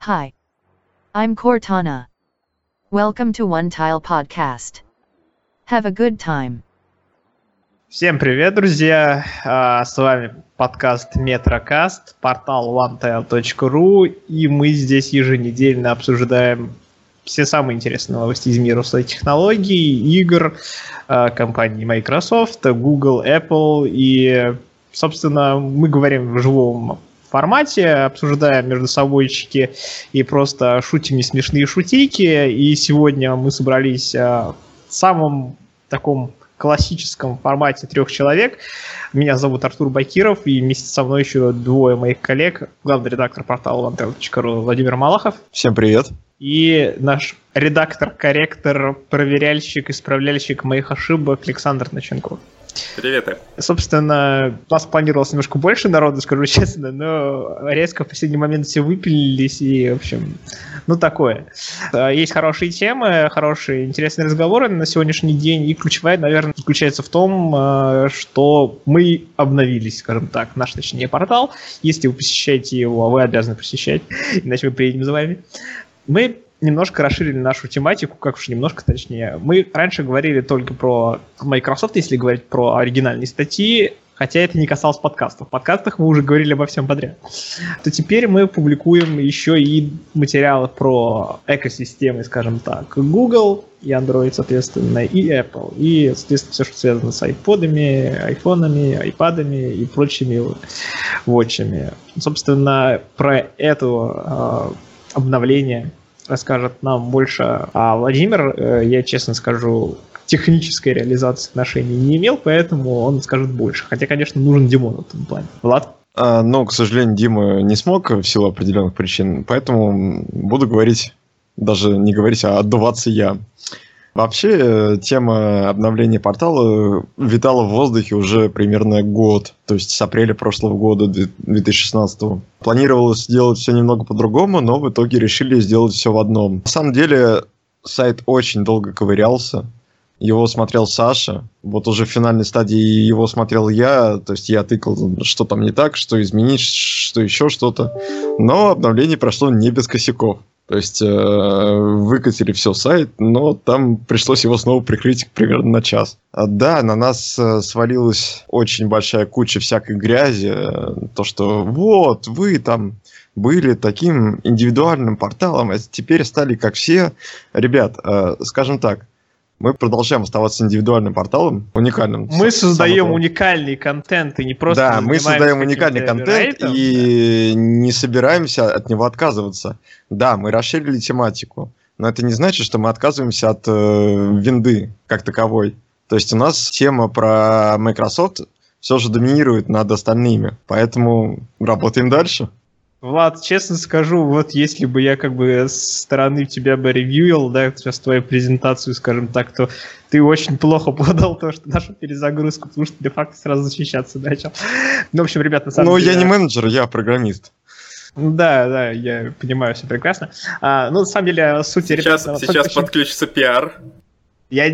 Hi. I'm Cortana. Welcome to One Tile Podcast. Have a good time. Всем привет, друзья! С вами подкаст Метрокаст, портал onetile.ru, и мы здесь еженедельно обсуждаем все самые интересные новости из мира технологий, игр, компаний Microsoft, Google, Apple, и, собственно, мы говорим в живом формате, обсуждаем между собойчики и просто шутим несмешные шутейки, и сегодня мы собрались в самом таком классическом формате 3 человек. Меня зовут Артур Бакиров, и вместе со мной еще двое моих коллег. Главный редактор портала onetile.ru Владимир Малахов. Всем привет. И наш редактор, корректор, проверяльщик, исправляльщик моих ошибок Александр Наченков. Привет. Собственно, у нас планировалось немножко больше народу, скажу честно, но резко в последний момент все выпилились, и, в общем, такое. Есть хорошие темы, хорошие, интересные разговоры на сегодняшний день, и ключевая, наверное, заключается в том, что мы обновились, скажем так, наш, точнее, портал. Если вы посещаете его, вы обязаны посещать, иначе мы приедем за вами. Мы немножко расширили нашу тематику, как уж немножко точнее. Мы раньше говорили только про Microsoft, если говорить про оригинальные статьи, хотя это не касалось подкастов. В подкастах мы уже говорили обо всем подряд. То теперь мы публикуем еще и материалы про экосистемы, скажем так, Google и Android, соответственно, и Apple. И, соответственно, все, что связано с айподами, айфонами, айпадами и прочими вотчами. Собственно, про это обновление расскажет нам больше. А Владимир, я честно скажу, технической реализации отношений не имел, поэтому он скажет больше. Хотя, конечно, нужен Димон в этом плане. Влад? Но, к сожалению, Дима не смог в силу определенных причин, поэтому буду говорить, даже не говорить, а отдуваться я. Вообще, тема обновления портала витала в воздухе уже примерно год, то есть с апреля прошлого года, 2016. Планировалось сделать все немного по-другому, но в итоге решили сделать все в одном. На самом деле, сайт очень долго ковырялся. Его смотрел Саша, вот уже в финальной стадии его смотрел я, то есть я тыкал, что там не так, что изменить, что еще что-то. Но обновление прошло не без косяков. То есть выкатили все сайт, но там пришлось его снова прикрыть примерно на час. Да, на нас свалилась очень большая куча всякой грязи. То, что вот, вы там были таким индивидуальным порталом, а теперь стали как все. Ребят, скажем так, мы продолжаем оставаться индивидуальным порталом, уникальным. Мы создаем уникальный контент и не просто... Да, мы создаем уникальный контент и не собираемся от него отказываться. Да, мы расширили тематику, но это не значит, что мы отказываемся от винды как таковой. То есть у нас тема про Microsoft все же доминирует над остальными, поэтому работаем дальше. Влад, честно скажу, вот если бы я как бы с стороны тебя бы ревьюил, да, сейчас твою презентацию, скажем так, то ты очень плохо подал то, что нашу перезагрузку, потому что де-факто сразу защищаться начал. Ну, в общем, ребят, на самом деле... я не менеджер, я программист. Да, я понимаю, все прекрасно. На самом деле, суть... Сейчас подключится пиар. Я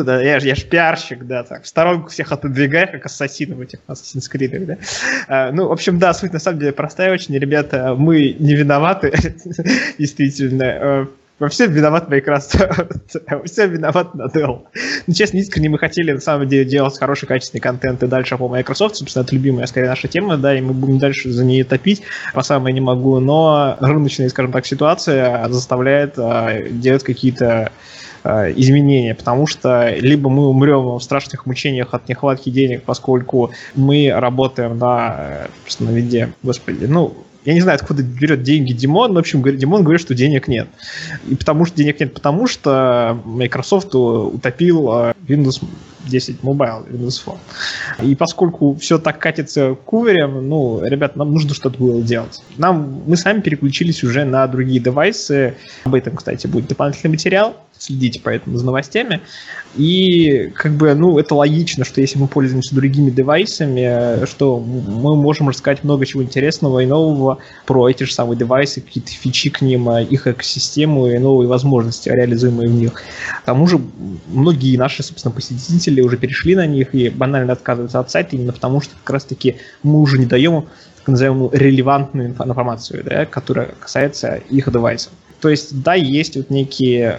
ж пиарщик, да, так, в сторонку всех отодвигаю, как ассасины в этих Assassin's Creed, да. В общем, да, суть на самом деле простая очень, ребята, мы не виноваты, действительно, во всем виноват Microsoft, во всем виноват Nadal. Честно, искренне мы хотели, на самом деле, делать хороший, качественный контент и дальше по Microsoft, собственно, это любимая, скорее, наша тема, да, и мы будем дальше за нее топить, по самое не могу, но рыночная, скажем так, ситуация заставляет делать какие-то изменения, потому что либо мы умрем в страшных мучениях от нехватки денег, поскольку мы работаем на виде, я не знаю, откуда берет деньги Димон, но, в общем, Димон говорит, что денег нет. И потому что денег нет, потому что Microsoft утопил Windows 10 Mobile, Windows Phone. И поскольку все так катится кувырем, ребят, нам нужно что-то было делать. Мы сами переключились уже на другие девайсы. Об этом, кстати, будет дополнительный материал. Следите поэтому за новостями. И это логично, что если мы пользуемся другими девайсами, что мы можем рассказать много чего интересного и нового про эти же самые девайсы, какие-то фичи к ним, их экосистему и новые возможности, реализуемые в них. К тому же многие наши, собственно, посетители уже перешли на них и банально отказываются от сайта именно потому, что как раз-таки мы уже не даем так называемую релевантную информацию, да, которая касается их девайсов. То есть, да, есть вот некие,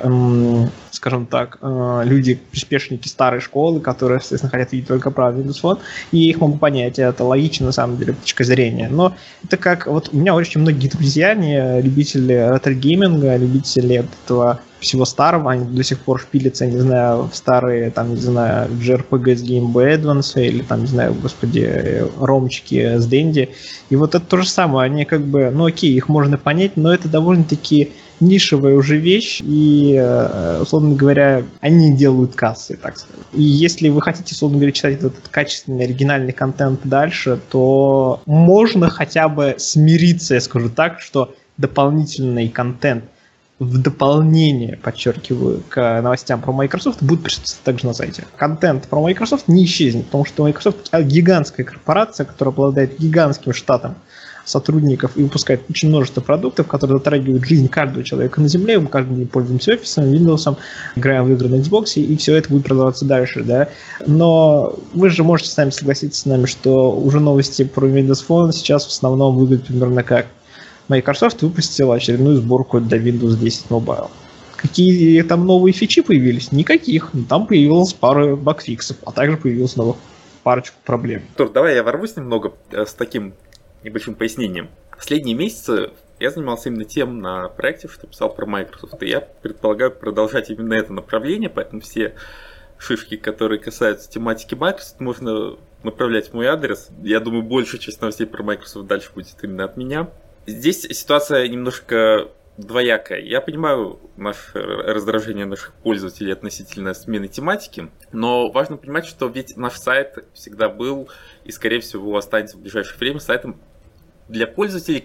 скажем так, люди, приспешники старой школы, которые, естественно, хотят видеть только правый Windows Phone, и я их могу понять, это логично, на самом деле, точка зрения. Но это как, вот у меня очень многие друзья, они любители ретро-гейминга, любители этого всего старого, они до сих пор шпилятся, не знаю, в старые, там, не знаю, JRPG с Game Boy Advance, или там, не знаю, господи, ромчики с Dendy. И вот это то же самое, они как бы, ну окей, их можно понять, но это довольно-таки нишевая уже вещь, и, условно говоря, они делают кассы, так сказать. И если вы хотите, условно говоря, читать этот качественный, оригинальный контент дальше, то можно хотя бы смириться, я скажу так, что дополнительный контент в дополнение, подчеркиваю, к новостям про Microsoft будет присутствовать также на сайте. Контент про Microsoft не исчезнет, потому что Microsoft гигантская корпорация, которая обладает гигантским штатом сотрудников и выпускает очень множество продуктов, которые затрагивают жизнь каждого человека на Земле. Мы каждый день пользуемся офисом, Windows, играем в игры на Xbox, и все это будет продаваться дальше, да. Но вы же можете с нами согласиться с нами, что уже новости про Windows Phone сейчас в основном выглядят примерно как: Microsoft выпустила очередную сборку для Windows 10 Mobile. Какие там новые фичи появились? Никаких. Там появилась пара багфиксов, а также появилась новых парочку проблем. Тур, давай я ворвусь немного с таким небольшим пояснением. Последние месяцы я занимался именно тем на проекте, что писал про Microsoft, и я предполагаю продолжать именно это направление, поэтому все шишки, которые касаются тематики Microsoft, можно направлять в мой адрес. Я думаю, большая часть новостей про Microsoft дальше будет именно от меня. Здесь ситуация немножко двоякая. Я понимаю раздражение наших пользователей относительно смены тематики, но важно понимать, что ведь наш сайт всегда был и, скорее всего, останется в ближайшее время сайтом для пользователей,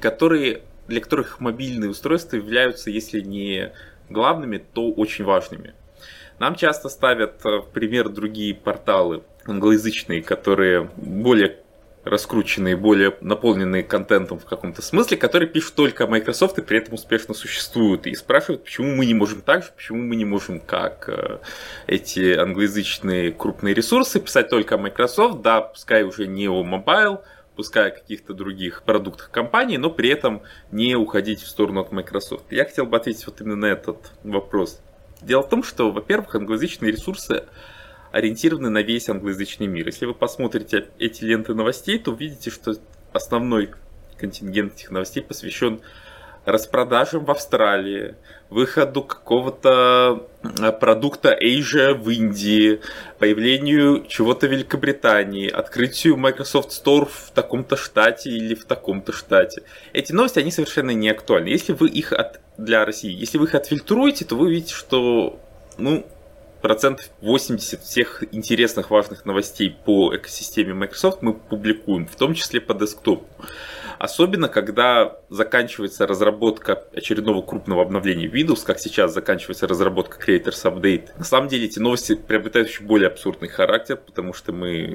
для которых мобильные устройства являются, если не главными, то очень важными. Нам часто ставят в пример другие порталы англоязычные, которые более раскрученные, более наполненные контентом в каком-то смысле, которые пишут только о Microsoft и при этом успешно существуют. И спрашивают, почему мы не можем так же, почему мы не можем, как эти англоязычные крупные ресурсы, писать только о Microsoft, да, пускай уже не о Mobile, пускай о каких-то других продуктах компании, но при этом не уходить в сторону от Microsoft. Я хотел бы ответить вот именно на этот вопрос. Дело в том, что, во-первых, англоязычные ресурсы ориентированы на весь англоязычный мир. Если вы посмотрите эти ленты новостей, то увидите, что основной контингент этих новостей посвящен распродажам в Австралии, выходу какого-то продукта Asia в Индии, появлению чего-то в Великобритании, открытию Microsoft Store в таком-то штате или в таком-то штате. Эти новости, они совершенно не актуальны. Если вы их для России, если вы их отфильтруете, то вы увидите, что, процентов 80 всех интересных, важных новостей по экосистеме Microsoft мы публикуем, в том числе по десктопу. Особенно, когда заканчивается разработка очередного крупного обновления Windows, как сейчас заканчивается разработка Creators Update. На самом деле эти новости приобретают еще более абсурдный характер, потому что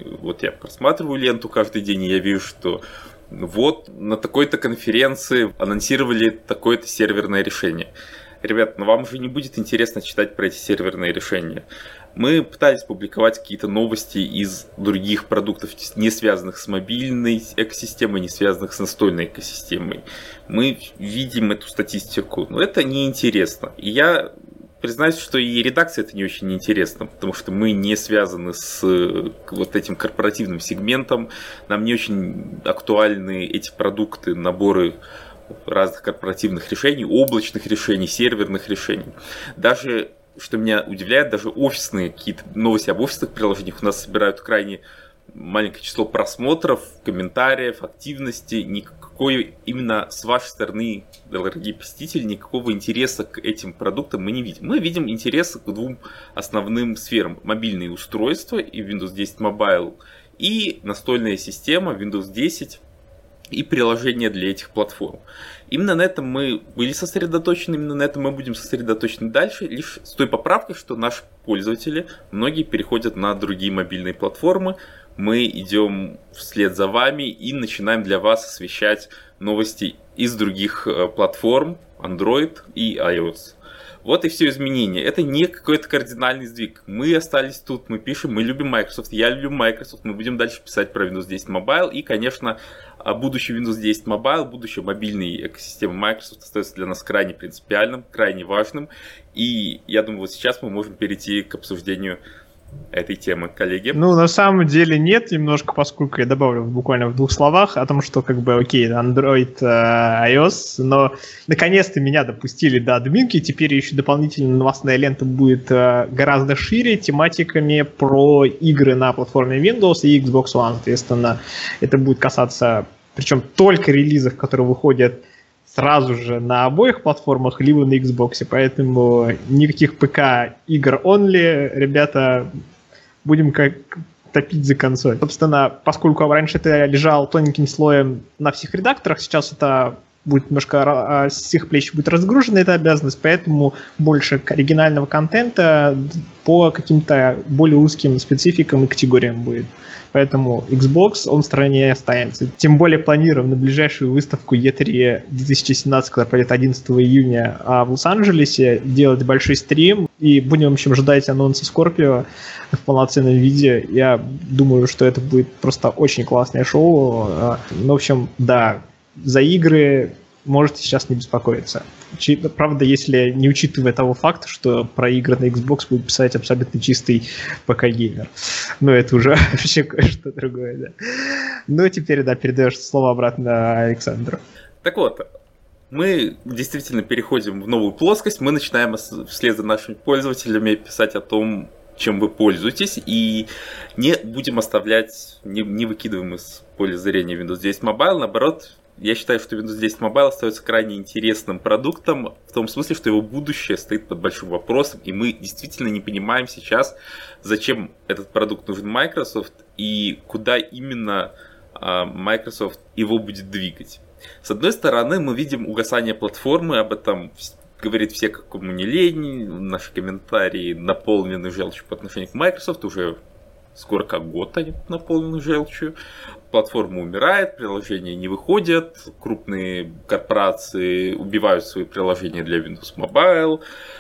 я просматриваю ленту каждый день, и я вижу, что вот на такой-то конференции анонсировали такое-то серверное решение. Ребят, вам же не будет интересно читать про эти серверные решения. Мы пытались публиковать какие-то новости из других продуктов, не связанных с мобильной экосистемой, не связанных с настольной экосистемой. Мы видим эту статистику, но это неинтересно. И я признаюсь, что и редакции это не очень интересно, потому что мы не связаны с вот этим корпоративным сегментом. Нам не очень актуальны эти продукты, наборы разных корпоративных решений, облачных решений, серверных решений. Даже, что меня удивляет, даже офисные какие-то новости об офисных приложениях у нас собирают крайне маленькое число просмотров, комментариев, активности. Никакой именно с вашей стороны, дорогие посетители, никакого интереса к этим продуктам мы не видим. Мы видим интерес к двум основным сферам. Мобильные устройства и Windows 10 Mobile, и настольная система Windows 10 и приложения для этих платформ. Именно на этом мы были сосредоточены, именно на этом мы будем сосредоточены дальше, лишь с той поправкой, что наши пользователи, многие переходят на другие мобильные платформы, мы идем вслед за вами и начинаем для вас освещать новости из других платформ, Android и iOS. Вот и все изменение. Это не какой-то кардинальный сдвиг. Мы остались тут, мы пишем, мы любим Microsoft, я люблю Microsoft, мы будем дальше писать про Windows 10 Mobile. И, конечно, будущее Windows 10 Mobile, будущее мобильной экосистемы Microsoft остается для нас крайне принципиальным, крайне важным. И я думаю, вот сейчас мы можем перейти к обсуждению этой темы, коллеги. Ну, на самом деле нет, немножко, поскольку я добавлю буквально в 2 словах о том, что, как бы, окей, Android, iOS, но наконец-то меня допустили до админки, теперь еще дополнительно новостная лента будет гораздо шире, тематиками про игры на платформе Windows и Xbox One, соответственно, это будет касаться, причем только релизов, которые выходят сразу же на обоих платформах, либо на Xbox, поэтому никаких ПК-игр only, ребята, будем как топить за консоль. Собственно, поскольку раньше это лежал тоненьким слоем на всех редакторах, сейчас это будет немножко с их плеч будет разгружена эта обязанность, поэтому больше оригинального контента по каким-то более узким спецификам и категориям будет. Поэтому Xbox, он в стороне останется. Тем более планируем на ближайшую выставку E3 2017, которая пройдет 11 июня в Лос-Анджелесе, делать большой стрим. И будем, в общем, ждать анонса Scorpio в полноценном виде. Я думаю, что это будет просто очень классное шоу. Ну, в общем, да, за игры можете сейчас не беспокоиться. Правда, если не учитывая того факта, что про игры на Xbox будет писать абсолютно чистый ПК-геймер. Но это уже вообще кое-что другое, да. Ну, теперь, да, передаешь слово обратно Александру. Так вот, мы действительно переходим в новую плоскость, мы начинаем вслед за нашими пользователями писать о том, чем вы пользуетесь, и не будем оставлять, не выкидываем из поля зрения Windows 10 Mobile, наоборот, я считаю, что Windows 10 Mobile остается крайне интересным продуктом, в том смысле, что его будущее стоит под большим вопросом, и мы действительно не понимаем сейчас, зачем этот продукт нужен Microsoft и куда именно Microsoft его будет двигать. С одной стороны, мы видим угасание платформы, об этом говорит все, кому не лень, наши комментарии наполнены желчью по отношению к Microsoft, уже скоро как год они наполнены желчью. Платформа умирает, приложения не выходят, крупные корпорации убивают свои приложения для Windows Mobile.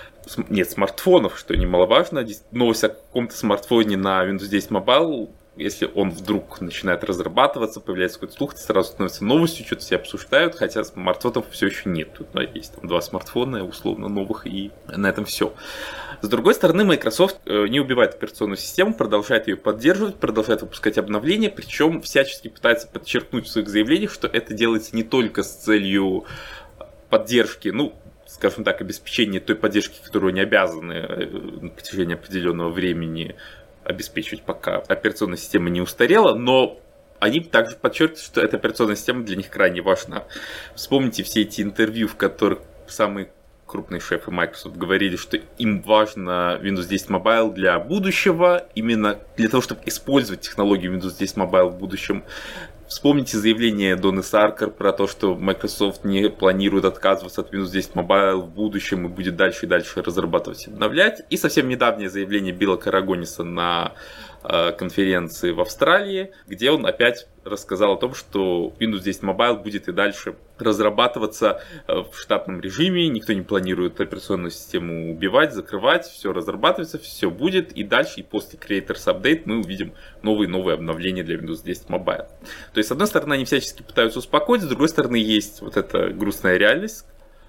Нет смартфонов, что немаловажно. Новость о каком-то смартфоне на Windows 10 Mobile, если он вдруг начинает разрабатываться, появляется какой-то слух, это сразу становится новостью, что-то все обсуждают, хотя смартфонов все еще нет. Тут есть там 2 смартфона, условно, новых, и на этом все. С другой стороны, Microsoft не убивает операционную систему, продолжает ее поддерживать, продолжает выпускать обновления, причем всячески пытается подчеркнуть в своих заявлениях, что это делается не только с целью поддержки, скажем так, обеспечения той поддержки, которую они обязаны на протяжении определенного времени обеспечивать, пока операционная система не устарела, но они также подчеркивают, что эта операционная система для них крайне важна. Вспомните все эти интервью, в которых самые крупные шефы Microsoft говорили, что им важно Windows 10 Mobile для будущего, именно для того, чтобы использовать технологию Windows 10 Mobile в будущем. Вспомните заявление Доны Саркер про то, что Microsoft не планирует отказываться от Windows 10 Mobile в будущем и будет дальше и дальше разрабатывать и обновлять. И совсем недавнее заявление Билла Карагониса на конференции в Австралии, где он опять рассказал о том, что Windows 10 Mobile будет и дальше разрабатываться в штатном режиме, никто не планирует операционную систему убивать, закрывать, все разрабатывается, все будет, и дальше, и после Creators Update мы увидим новые обновления для Windows 10 Mobile. То есть, с одной стороны, они всячески пытаются успокоить, с другой стороны, есть вот эта грустная реальность,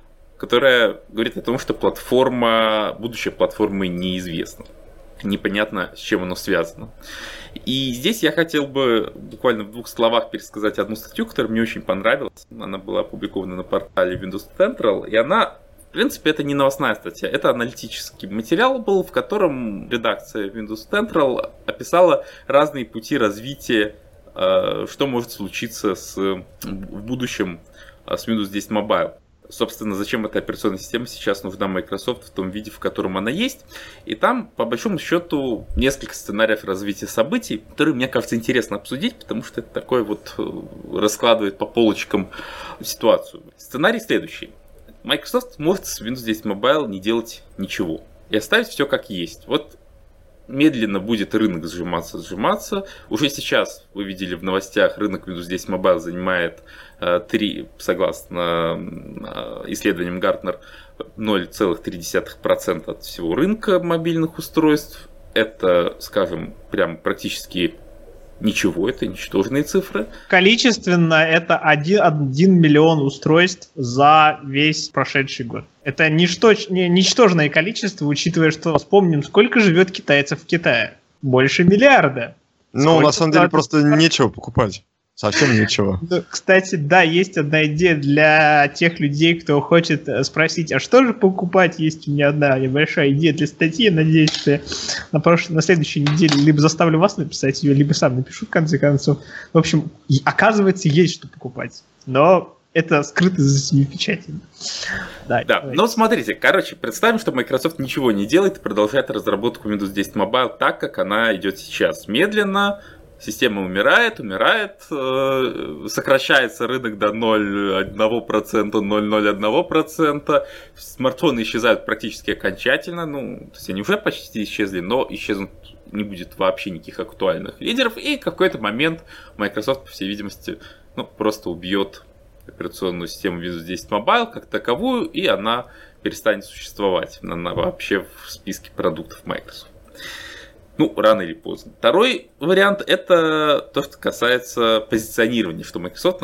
которая говорит о том, что будущее платформы неизвестно. Непонятно, с чем оно связано. И здесь я хотел бы буквально в 2 словах пересказать одну статью, которая мне очень понравилась. Она была опубликована на портале Windows Central, и она, в принципе, это не новостная статья, это аналитический материал был, в котором редакция Windows Central описала разные пути развития, что может случиться в будущем с Windows 10 Mobile. Собственно, зачем эта операционная система сейчас нужна Microsoft в том виде, в котором она есть. И там, по большому счету, несколько сценариев развития событий, которые, мне кажется, интересно обсудить, потому что это такой раскладывает по полочкам ситуацию. Сценарий следующий. Microsoft может с Windows 10 Mobile не делать ничего и оставить все как есть. Вот медленно будет рынок сжиматься. Уже сейчас вы видели в новостях, рынок Windows 10 Mobile занимает согласно исследованиям Gartner, 0,3% от всего рынка мобильных устройств. Это, скажем, прям практически ничего, это ничтожные цифры. Количественно это 1 миллион устройств за весь прошедший год. Это ничтожное количество, учитывая, что вспомним, сколько живет китайцев в Китае. Больше миллиарда. Ну, на самом деле, просто нечего покупать. Совсем ничего. Кстати, да, есть одна идея для тех людей, кто хочет спросить, а что же покупать? Есть у меня одна небольшая идея для статьи. Надеюсь, что на следующей неделе либо заставлю вас написать ее, либо сам напишу в конце концов. В общем, оказывается, есть что покупать. Но это скрыто за 7 печатями. Да, но смотрите, представим, что Microsoft ничего не делает и продолжает разработку Windows 10 Mobile так, как она идет сейчас. Медленно. Система умирает, сокращается рынок до 0,1%, 0,01%, смартфоны исчезают практически окончательно, то есть они уже почти исчезли, но исчезнут не будет вообще никаких актуальных лидеров, и в какой-то момент Microsoft, по всей видимости, просто убьет операционную систему Windows 10 Mobile как таковую, и она перестанет существовать, она вообще в списке продуктов Microsoft. Рано или поздно. Второй вариант – это то, что касается позиционирования, что Microsoft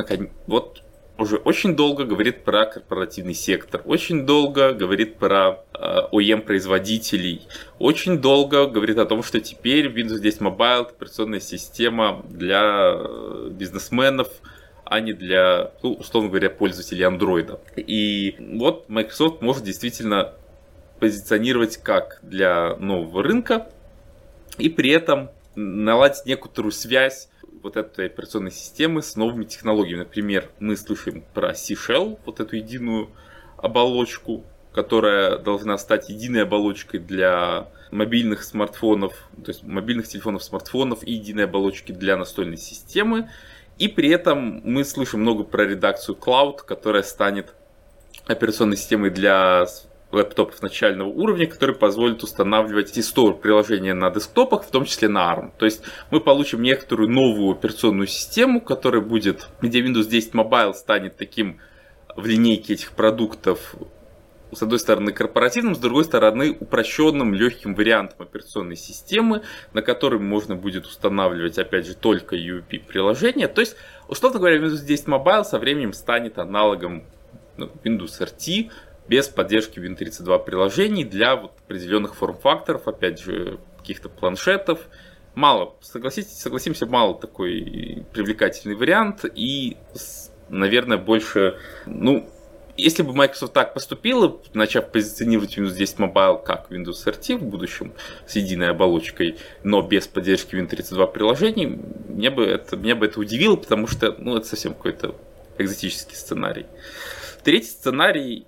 уже очень долго говорит про корпоративный сектор, очень долго говорит про OEM-производителей, очень долго говорит о том, что теперь Windows 10 Mobile – операционная система для бизнесменов, а не для, условно говоря, пользователей Android. И вот Microsoft может действительно позиционировать как для нового рынка, и при этом наладить некоторую связь этой операционной системы с новыми технологиями. Например, мы слышим про C-Shell, эту единую оболочку, которая должна стать единой оболочкой для мобильных смартфонов, то есть мобильных телефонов, смартфонов и единой оболочки для настольной системы. И при этом мы слышим много про редакцию Cloud, которая станет операционной системой для лэптопов начального уровня, который позволит устанавливать и стор приложения на десктопах, в том числе на ARM. То есть мы получим некоторую новую операционную систему, которая будет, где Windows 10 Mobile станет таким в линейке этих продуктов, с одной стороны корпоративным, с другой стороны упрощенным, легким вариантом операционной системы, на котором можно будет устанавливать, опять же, только UEP приложения. То есть, условно говоря, Windows 10 Mobile со временем станет аналогом Windows RT, без поддержки Win32 приложений для определенных форм-факторов, опять же, каких-то планшетов. Мало, согласимся, мало такой привлекательный вариант. И, наверное, больше, если бы Microsoft так поступила, начав позиционировать Windows 10 Mobile как Windows RT в будущем с единой оболочкой, но без поддержки Win32 приложений, меня бы это удивило, потому что это совсем какой-то экзотический сценарий. Третий сценарий,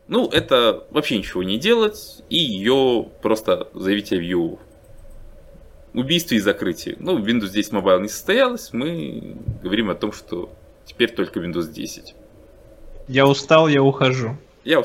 это вообще ничего не делать и ее просто заявить о ее убийстве и закрытии. Windows 10 Mobile не состоялось, мы говорим о том, что теперь только Windows 10. Я устал, я ухожу.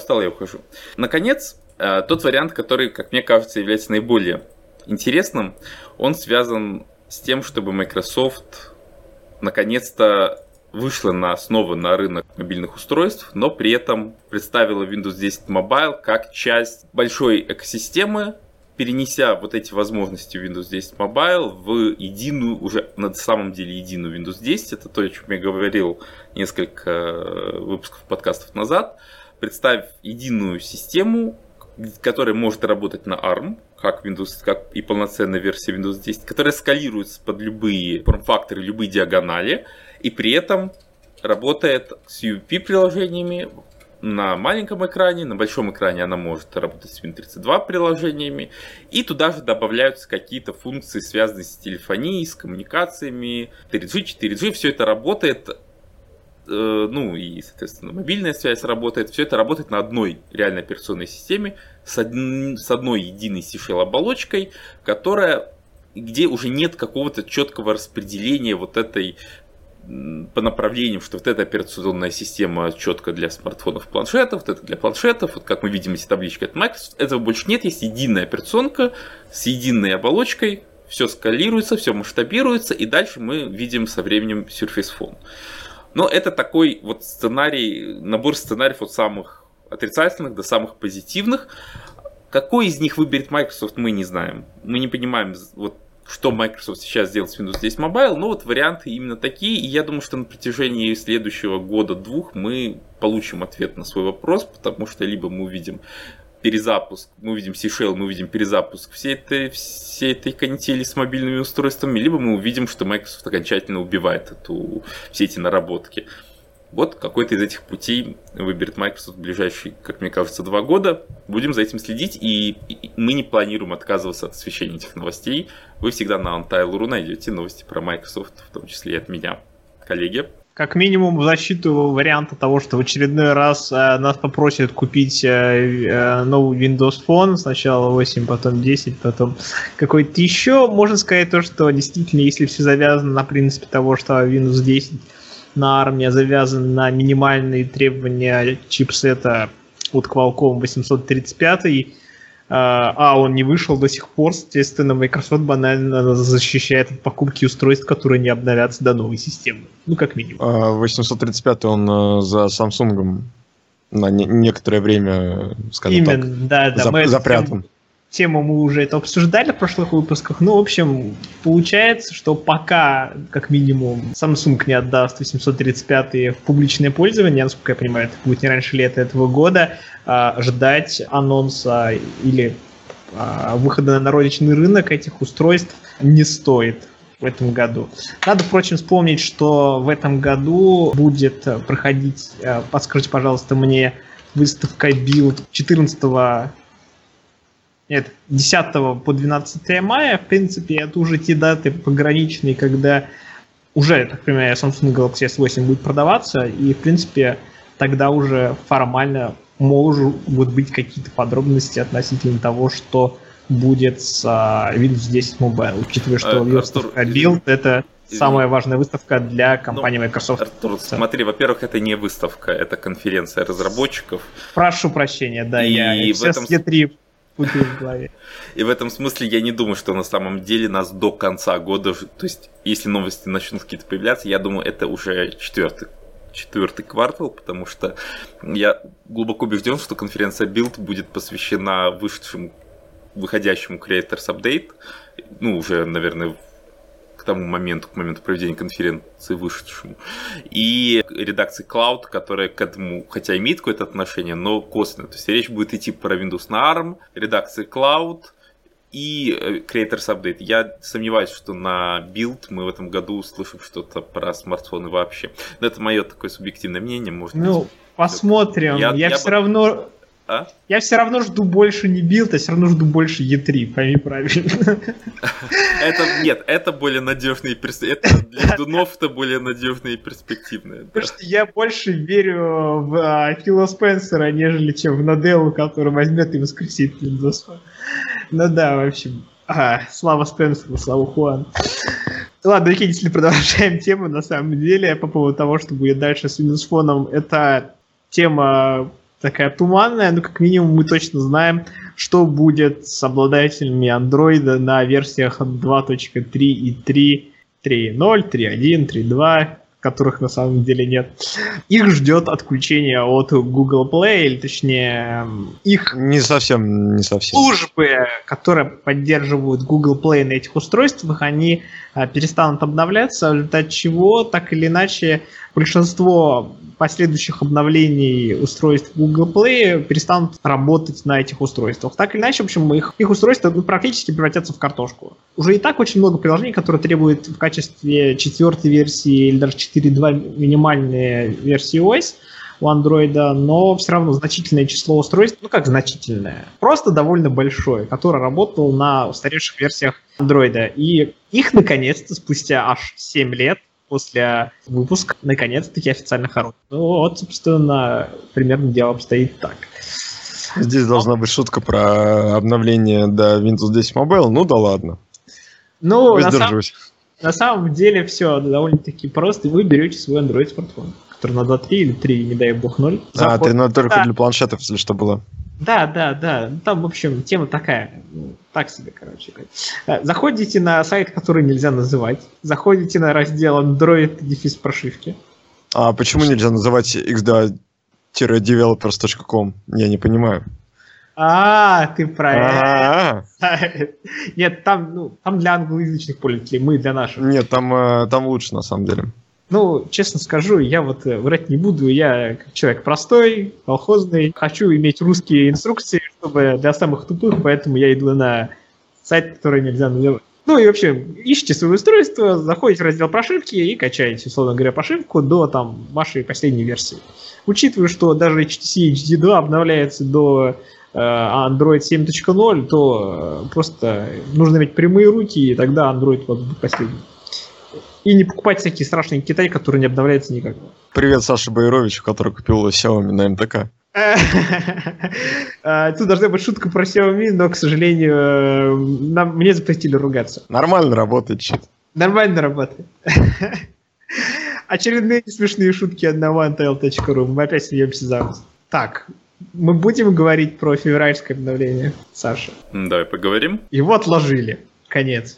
Наконец, тот вариант, который, как мне кажется, является наиболее интересным, он связан с тем, чтобы Microsoft наконец-то вышла снова на рынок мобильных устройств, но при этом представила Windows 10 Mobile как часть большой экосистемы, перенеся эти возможности Windows 10 Mobile в единую, уже на самом деле единую Windows 10. Это то, о чем я говорил несколько выпусков подкастов назад. Представив единую систему, которая может работать на ARM, как и полноценная версия Windows 10, которая скалируется под любые форм-факторы, любые диагонали, и при этом работает с UEP-приложениями на маленьком экране, на большом экране она может работать с Win32 приложениями, и туда же добавляются какие-то функции, связанные с телефонией, с коммуникациями, 3G, 4G, все это работает, и, соответственно, мобильная связь работает, все это работает на одной реальной операционной системе, с одной единой C-Shell оболочкой, где уже нет какого-то четкого распределения этой по направлениям, что вот эта операционная система четко для смартфонов, планшетов, вот это для планшетов, вот как мы видим эти таблички от Microsoft, этого больше нет, есть единая операционка с единой оболочкой, все скалируется, все масштабируется, и дальше мы видим со временем Surface Phone. Но это такой вот сценарий, набор сценариев от самых отрицательных до самых позитивных. Какой из них выберет Microsoft, мы не знаем. Мы не понимаем, вот, что Microsoft сейчас делает с Windows 10 Mobile, но вот варианты именно такие, и я думаю, что на протяжении следующего года-двух мы получим ответ на свой вопрос, потому что либо мы увидим перезапуск, мы увидим Seashell, мы увидим перезапуск всей этой канители с мобильными устройствами, либо мы увидим, что Microsoft окончательно убивает все эти наработки. Вот какой-то из этих путей выберет Microsoft в ближайшие, как мне кажется, 2 года. Будем за этим следить, и мы не планируем отказываться от освещения этих новостей. Вы всегда на Untitled.ru найдете новости про Microsoft, в том числе и от меня, коллеги. Как минимум в защиту варианта того, что в очередной раз нас попросят купить новый Windows Phone, сначала 8, потом 10, потом какой-то еще. Можно сказать то, что действительно, если все завязано на принципе того, что Windows 10 на ARM завязан на минимальные требования чипсета от Qualcomm 835, а он не вышел до сих пор, соответственно, Microsoft банально защищает от покупки устройств, которые не обновятся до новой системы. Ну, как минимум. 835 он за Samsung на некоторое время, скажем именно, так, да, запрятан. Тему мы уже это обсуждали в прошлых выпусках. Ну, в общем, получается, что пока, как минимум, Samsung не отдаст 835 в публичное пользование, насколько я понимаю, это будет не раньше лета этого года, ждать анонса или выхода на розничный рынок этих устройств не стоит в этом году. Надо, впрочем, вспомнить, что в этом году будет проходить, подскажите, пожалуйста, мне, выставка Build 10 по 12 мая, в принципе, это уже те даты пограничные, когда уже, я так понимаю, Samsung Galaxy S8 будет продаваться, и, в принципе, тогда уже формально могут быть какие-то подробности относительно того, что будет с Windows 10 Mobile, учитывая, что выставка Build — это самая важная выставка для компании Microsoft. Артур, смотри, во-первых, это не выставка, это конференция разработчиков. Прошу прощения, да, я сейчас E3 путаю в голове. И в этом смысле я не думаю, что на самом деле нас до конца года, то есть если новости начнут какие-то появляться, я думаю, это уже четвертый квартал, потому что я глубоко убежден, что конференция Build будет посвящена выходящему Creators Update, ну, уже, наверное, к моменту проведения конференции вышедшему, и редакции Cloud, которая к этому, хотя имеет какое-то отношение, но косвенно. То есть речь будет идти про Windows на ARM, редакции Cloud и Creators Update. Я сомневаюсь, что на Build мы в этом году услышим что-то про смартфоны вообще. Но это мое такое субъективное мнение. Может быть, посмотрим. Я все равно жду больше не Build, а все равно жду больше E3, пойми правильно. Это более надежные перспективы. Это для ждунов это более надежные и перспективные. Потому что я больше верю в Фила Спенсера, нежели чем в Наделлу, который возьмет и воскресит Windows. Ну да, в общем. Слава Спенсеру, слава Хуан. Ладно, окей, если продолжаем тему, на самом деле, по поводу того, что будет дальше с Windows Phone, это тема такая туманная, но как минимум мы точно знаем, что будет с обладателями Android на версиях 2.3 и 3.0, 3.1, 3.2, которых на самом деле нет. Их ждет отключение от Google Play, или точнее их не совсем. Службы, которые поддерживают Google Play на этих устройствах, они перестанут обновляться, в результате чего, так или иначе, большинство последующих обновлений устройств Google Play перестанут работать на этих устройствах. Так или иначе, в общем, их устройства практически превратятся в картошку. Уже и так очень много приложений, которые требуют в качестве 4-й версии или даже 4.2 минимальные версии OS у Android, но все равно значительное число устройств, ну как значительное, просто довольно большое, которое работало на устаревших версиях Android. И их наконец-то, спустя аж 7 лет, после выпуска, наконец-таки официально хоронят. Ну вот, собственно, примерно дело обстоит так. Здесь должна быть шутка про обновление до Windows 10 Mobile. Ну да ладно. Ну, воздержусь. На самом деле все довольно-таки просто. Вы берете свой Android смартфон, который на 2.3 или 3, не дай бог 0. 3.0 только для планшетов, если что было. Да. Там, в общем, тема такая. Так себе, короче. Заходите на сайт, который нельзя называть. Заходите на раздел Android дефис прошивки. А почему нельзя называть xda-developers.com? Я не понимаю. Ты про это. Нет, там для англоязычных пользователей, мы для наших. Нет, там лучше, на самом деле. Ну, честно скажу, я вот врать не буду, я человек простой, колхозный, хочу иметь русские инструкции, чтобы для самых тупых, поэтому я иду на сайт, который нельзя называть. Ну и вообще, ищите свое устройство, заходите в раздел прошивки и качаете, условно говоря, прошивку до там вашей последней версии. Учитывая, что даже HTC HD2 обновляется до Android 7.0, то просто нужно иметь прямые руки, и тогда Android у вас будет последний. И не покупать всякие страшные Китай, которые не обновляются никогда. Привет Саше Байровичу, который купил Xiaomi на МТК. Тут должна быть шутка про Xiaomi, но, к сожалению, мне запретили ругаться. Нормально работает чит. Нормально работает. Очередные смешные шутки от OneTail.ru. Мы опять смеемся за вас. Так, мы будем говорить про февральское обновление, Саша? Давай поговорим. Его отложили. Конец.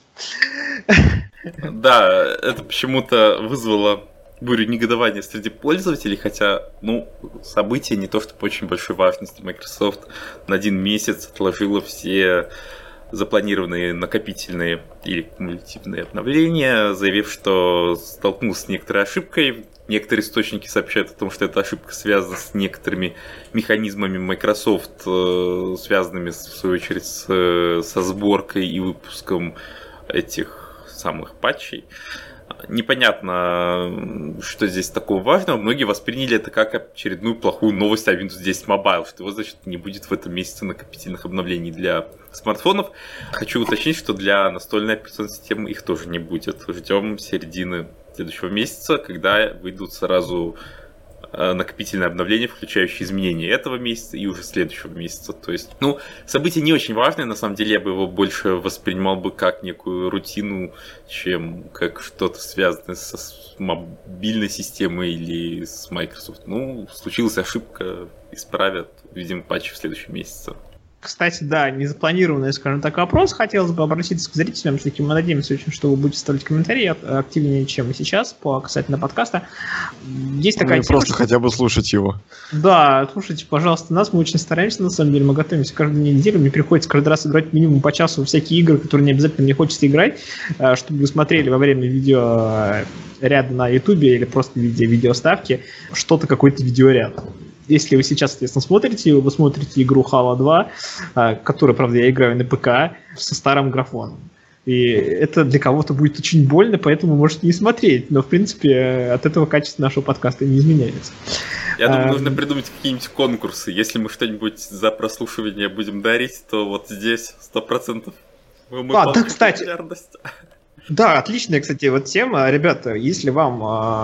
Да, это почему-то вызвало бурю негодования среди пользователей, хотя, событие не то чтобы очень большой важности. Microsoft на 1 месяц отложила все запланированные накопительные или кумулятивные обновления, заявив, что столкнулся с некоторой ошибкой. Некоторые источники сообщают о том, что эта ошибка связана с некоторыми механизмами Microsoft, связанными, в свою очередь, со сборкой и выпуском этих самых патчей. Непонятно, что здесь такого важного. Многие восприняли это как очередную плохую новость о Windows 10 Mobile, что его, значит, не будет в этом месяце накопительных обновлений для смартфонов. Хочу уточнить, что для настольной операционной системы их тоже не будет. Ждем середины следующего месяца, когда выйдут сразу накопительное обновление, включающее изменения этого месяца и уже следующего месяца. То есть, событие не очень важное, на самом деле я бы его больше воспринимал бы как некую рутину, чем как что-то связанное с мобильной системой или с Microsoft. Случилась ошибка, исправят, видимо, патчи в следующем месяце. Кстати, да, незапланированный, скажем так, вопрос. Хотелось бы обратиться к зрителям. Все-таки мы надеемся очень, что вы будете ставить комментарии активнее, чем и сейчас, касательно подкаста. Есть такая тема, просто хотя бы слушать его. Да, слушайте, пожалуйста, нас. Мы очень стараемся, на самом деле. Мы готовимся каждую неделю. Мне приходится каждый раз играть минимум по часу в всякие игры, которые не обязательно мне хочется играть, чтобы вы смотрели во время видеоряда на YouTube или просто в виде видеоставки какой-то видеоряд. Если вы сейчас, соответственно, смотрите, вы смотрите игру Halo 2, которую, правда, я играю на ПК, со старым графоном. И это для кого-то будет очень больно, поэтому можете не смотреть. Но, в принципе, от этого качество нашего подкаста не изменяется. Я думаю, нужно придумать какие-нибудь конкурсы. Если мы что-нибудь за прослушивание будем дарить, то вот здесь 100% мы получим популярность. Да, отличная, кстати, тема. Ребята, если вам...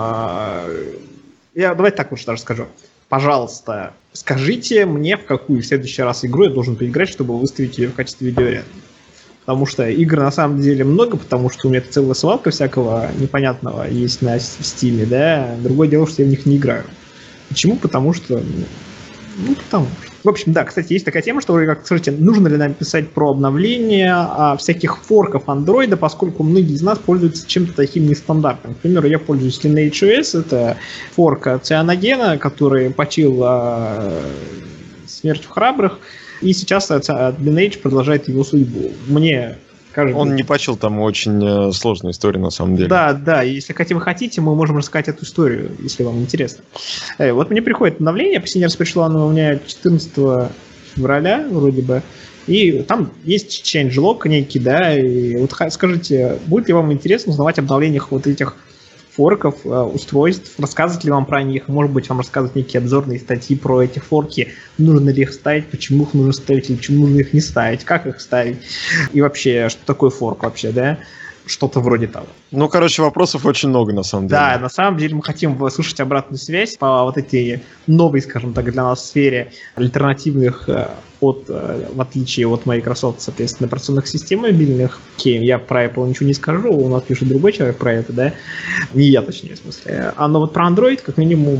Давайте так лучше даже скажу. Пожалуйста, скажите мне, в какую в следующий раз игру я должен поиграть, чтобы выставить ее в качестве видеоряда. Потому что игр на самом деле много, потому что у меня целая свалка всякого непонятного есть в Steam, да. Другое дело, что я в них не играю. Почему? Потому что... потому что. В общем, да, кстати, есть такая тема, что вы как скажите, нужно ли нам писать про обновления всяких форков андроида, поскольку многие из нас пользуются чем-то таким нестандартным. К примеру, я пользуюсь Lineage OS, это форка цианогена, который почил смерть в храбрых, и сейчас Lineage продолжает его судьбу. Мне кажется... Он не почил, там очень сложная история на самом деле. Да, если вы хотите, мы можем рассказать эту историю, если вам интересно. Вот мне приходит обновление, последний раз пришло оно у меня 14 февраля, вроде бы, и там есть changelog некий, да, и вот скажите, будет ли вам интересно узнавать о обновлениях вот этих форков, устройств, рассказывать ли вам про них, может быть, вам рассказывать некие обзорные статьи про эти форки, нужно ли их ставить, почему их нужно ставить, или почему нужно их не ставить, как их ставить, и вообще, что такое форк вообще, да, что-то вроде того. Вопросов очень много, на самом деле. Да, на самом деле мы хотим слушать обратную связь по вот этой новой, скажем так, для нас сфере альтернативных в отличие от Microsoft, соответственно, операционных систем мобильных. Окей, я про Apple ничего не скажу, у нас пишет другой человек про это, да? Не я, точнее, в смысле. Но вот про Android, как минимум,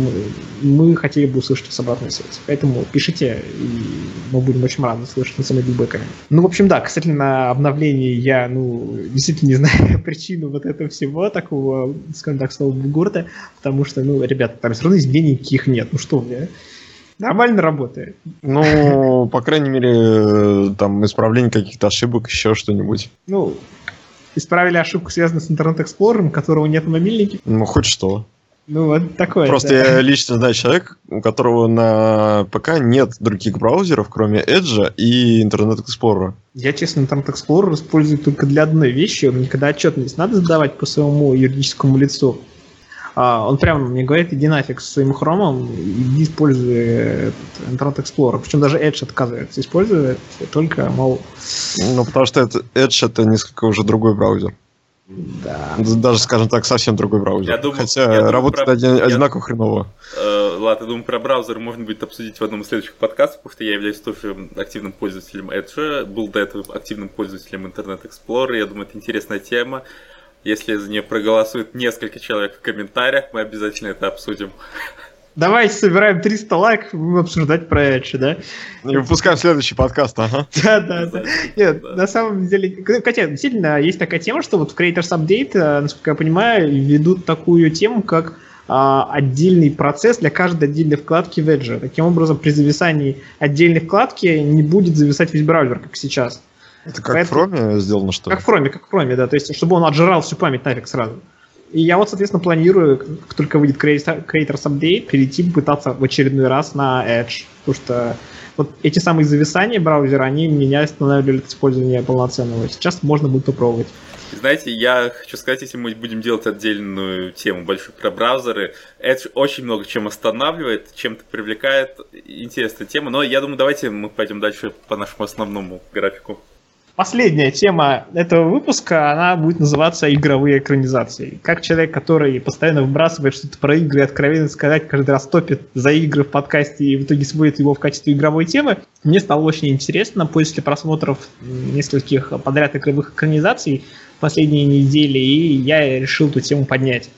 мы хотели бы услышать с обратной связи. Поэтому пишите, и мы будем очень рады слышать на самом фидбэками. Ну, в общем, да, касательно обновлений, я, действительно не знаю причину вот этого всего, такого, скажем так, слова бугурта, потому что, ребята, там все равно изменений никаких нет. Ну что мне? Нормально работает. Ну, по крайней мере, там исправление каких-то ошибок, еще что-нибудь. Исправили ошибку, связанную с Internet Explorer, которого нет в мобильнике. Ну, хоть что. Вот такое. Просто я лично знаю человека, у которого на ПК нет других браузеров, кроме Edge и Internet Explorer. Я, честно, Internet Explorer использую только для одной вещи. Мне когда отчетность надо сдавать по своему юридическому лицу, он прямо мне говорит, иди нафиг со своим хромом, иди используй Internet Explorer. Причем даже Edge отказывается использовать, только, мол... Ну, потому что Edge это несколько уже другой браузер. Да. Даже, скажем так, совсем другой браузер. Хотя работает одинаково хреново. Ладно, я думаю, про браузер можно будет обсудить в одном из следующих подкастов, потому что я являюсь тоже активным пользователем Edge, был до этого активным пользователем Internet Explorer, я думаю, это интересная тема. Если за нее проголосует несколько человек в комментариях, мы обязательно это обсудим. Давайте собираем 300 лайков, будем обсуждать про Edge, да? И выпускаем следующий подкаст, ага. Да. Нет, на самом деле... Хотя, действительно, есть такая тема, что вот в Creators Update, насколько я понимаю, ведут такую тему, как отдельный процесс для каждой отдельной вкладки в Edge. Таким образом, при зависании отдельной вкладки не будет зависать весь браузер, как сейчас. Это как в Chrome сделано, что ли? Как в Chrome, да. То есть, чтобы он отжирал всю память нафиг сразу. И я вот, соответственно, планирую, как только выйдет Creators Update, перейти пытаться в очередной раз на Edge. Потому что вот эти самые зависания браузера, они меня останавливали от использования полноценного. Сейчас можно будет попробовать. Знаете, я хочу сказать, если мы будем делать отдельную тему большую про браузеры, Edge очень много чем останавливает, чем-то привлекает. Интересная тема. Но я думаю, давайте мы пойдем дальше по нашему основному графику. Последняя тема этого выпуска, она будет называться игровые экранизации. Как человек, который постоянно выбрасывает что-то про игры, откровенно сказать, каждый раз топит за игры в подкасте и в итоге сводит его в качестве игровой темы, мне стало очень интересно после просмотров нескольких подряд игровых экранизаций в последние недели, и я решил эту тему поднять.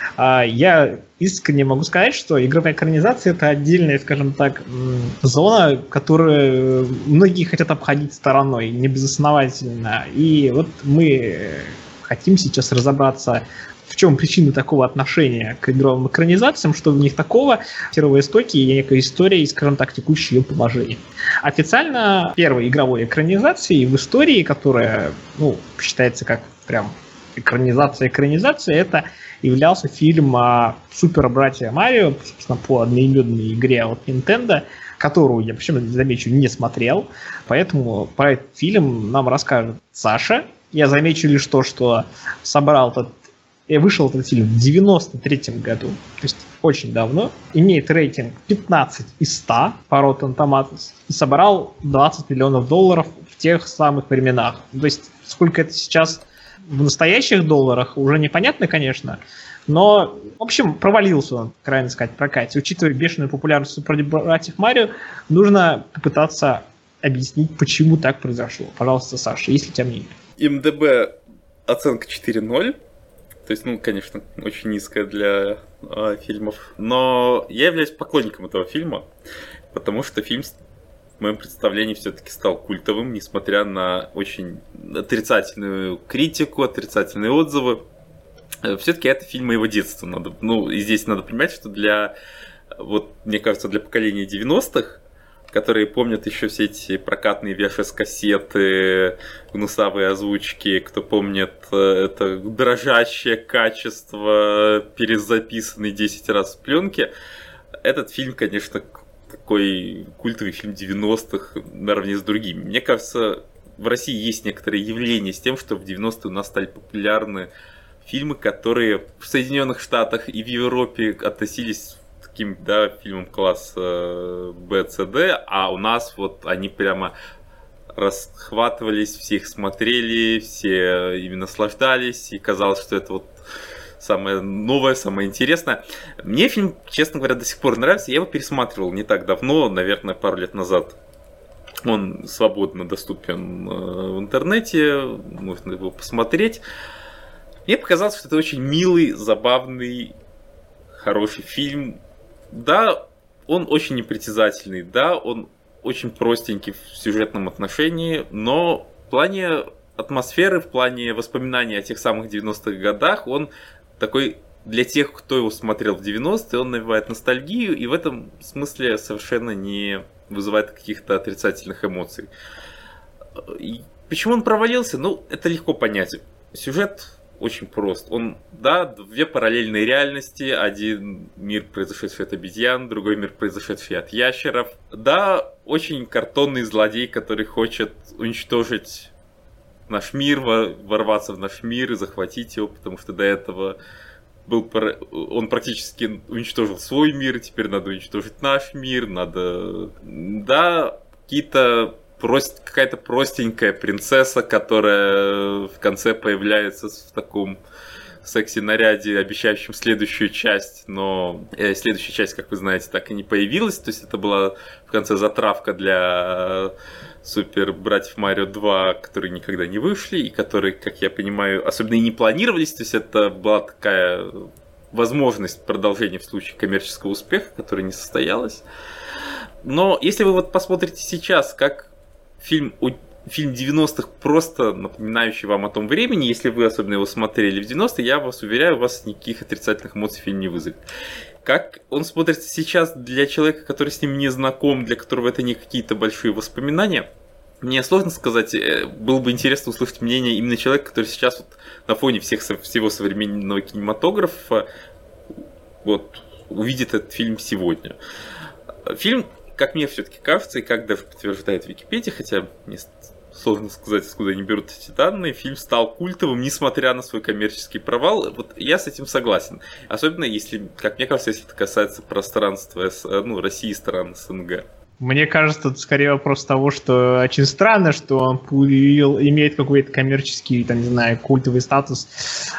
Я искренне могу сказать, что игровая экранизация — это отдельная, скажем так, зона, которую многие хотят обходить стороной, небезосновательно. И вот мы хотим сейчас разобраться, в чем причина такого отношения к игровым экранизациям, что в них такого, первоистоки и некая история, и, скажем так, текущее ее положение. Официально первой игровой экранизацией в истории, которая, считается как прям экранизация, это являлся фильм «Супер братья Марио», собственно, по одноименной игре от Nintendo, которую я, причем, замечу, не смотрел. Поэтому про этот фильм нам расскажет Саша. Я замечу лишь то, что вышел этот фильм в 93-м году, то есть очень давно, имеет рейтинг 15 из 100 по Rotten Tomatoes и собрал $20 миллионов в тех самых временах. То есть сколько это сейчас в настоящих долларах, уже непонятно, конечно, но, в общем, провалился он, крайне сказать, в прокате. Учитывая бешеную популярность «Супер братьев Марио», нужно попытаться объяснить, почему так произошло. Пожалуйста, Саша, есть ли у тебя мнение? МДБ оценка 4.0, то есть, конечно, очень низкая для фильмов, но я являюсь поклонником этого фильма, потому что фильм в моем представлении все-таки стал культовым, несмотря на очень отрицательную критику, отрицательные отзывы. Все-таки это фильм моего детства. И здесь надо понимать, что мне кажется, для поколения 90-х, которые помнят еще все эти прокатные VHS-кассеты, гнусавые озвучки, кто помнит это дрожащее качество, перезаписанный 10 раз в пленке, этот фильм, конечно, такой культовый фильм 90-х наравне с другими. Мне кажется, в России есть некоторые явления с тем, что в 90-е у нас стали популярны фильмы, которые в Соединенных Штатах и в Европе относились к таким, фильмам класса Б, С, Д, а у нас они прямо расхватывались, все их смотрели, все ими наслаждались, и казалось, что это самое новое, самое интересное. Мне фильм, честно говоря, до сих пор нравится. Я его пересматривал не так давно, наверное, пару лет назад. Он свободно доступен в интернете, можно его посмотреть. Мне показалось, что это очень милый, забавный, хороший фильм. Да, он очень непритязательный, да, он очень простенький в сюжетном отношении, но в плане атмосферы, в плане воспоминаний о тех самых 90-х годах, он такой для тех, кто его смотрел в 90-е, он навевает ностальгию и в этом смысле совершенно не вызывает каких-то отрицательных эмоций. И почему он провалился? Ну, это легко понять. Сюжет очень прост. Он, да, две параллельные реальности. Один мир, произошедший от обезьян, другой мир, произошедший от ящеров. Да, очень картонный злодей, который хочет уничтожить наш мир, ворваться в наш мир и захватить его, потому что до этого он практически уничтожил свой мир, и теперь надо уничтожить наш мир, надо... Да, какая-то простенькая принцесса, которая в конце появляется в таком секси-наряде, обещающем следующую часть, но следующая часть, как вы знаете, так и не появилась, то есть это была в конце затравка для Супер Братьев Марио 2, которые никогда не вышли, и которые, как я понимаю, особенно и не планировались, то есть это была такая возможность продолжения в случае коммерческого успеха, которая не состоялась. Но если вы вот посмотрите сейчас, как фильм 90-х, просто напоминающий вам о том времени, если вы особенно его смотрели в 90-е, я вас уверяю, у вас никаких отрицательных эмоций фильм не вызовет. Как он смотрится сейчас для человека, который с ним не знаком, для которого это не какие-то большие воспоминания, мне сложно сказать. Было бы интересно услышать мнение именно человека, который сейчас вот на фоне всего современного кинематографа вот увидит этот фильм сегодня. Фильм, как мне все-таки кажется, и как даже подтверждает Википедия, хотя мне сложно сказать, откуда они берут эти данные, фильм стал культовым, несмотря на свой коммерческий провал. Вот я с этим согласен. Особенно если, как мне кажется, если это касается пространства России и стран СНГ. Мне кажется, это скорее вопрос того, что очень странно, что он имеет какой-то коммерческий, там, не знаю, культовый статус.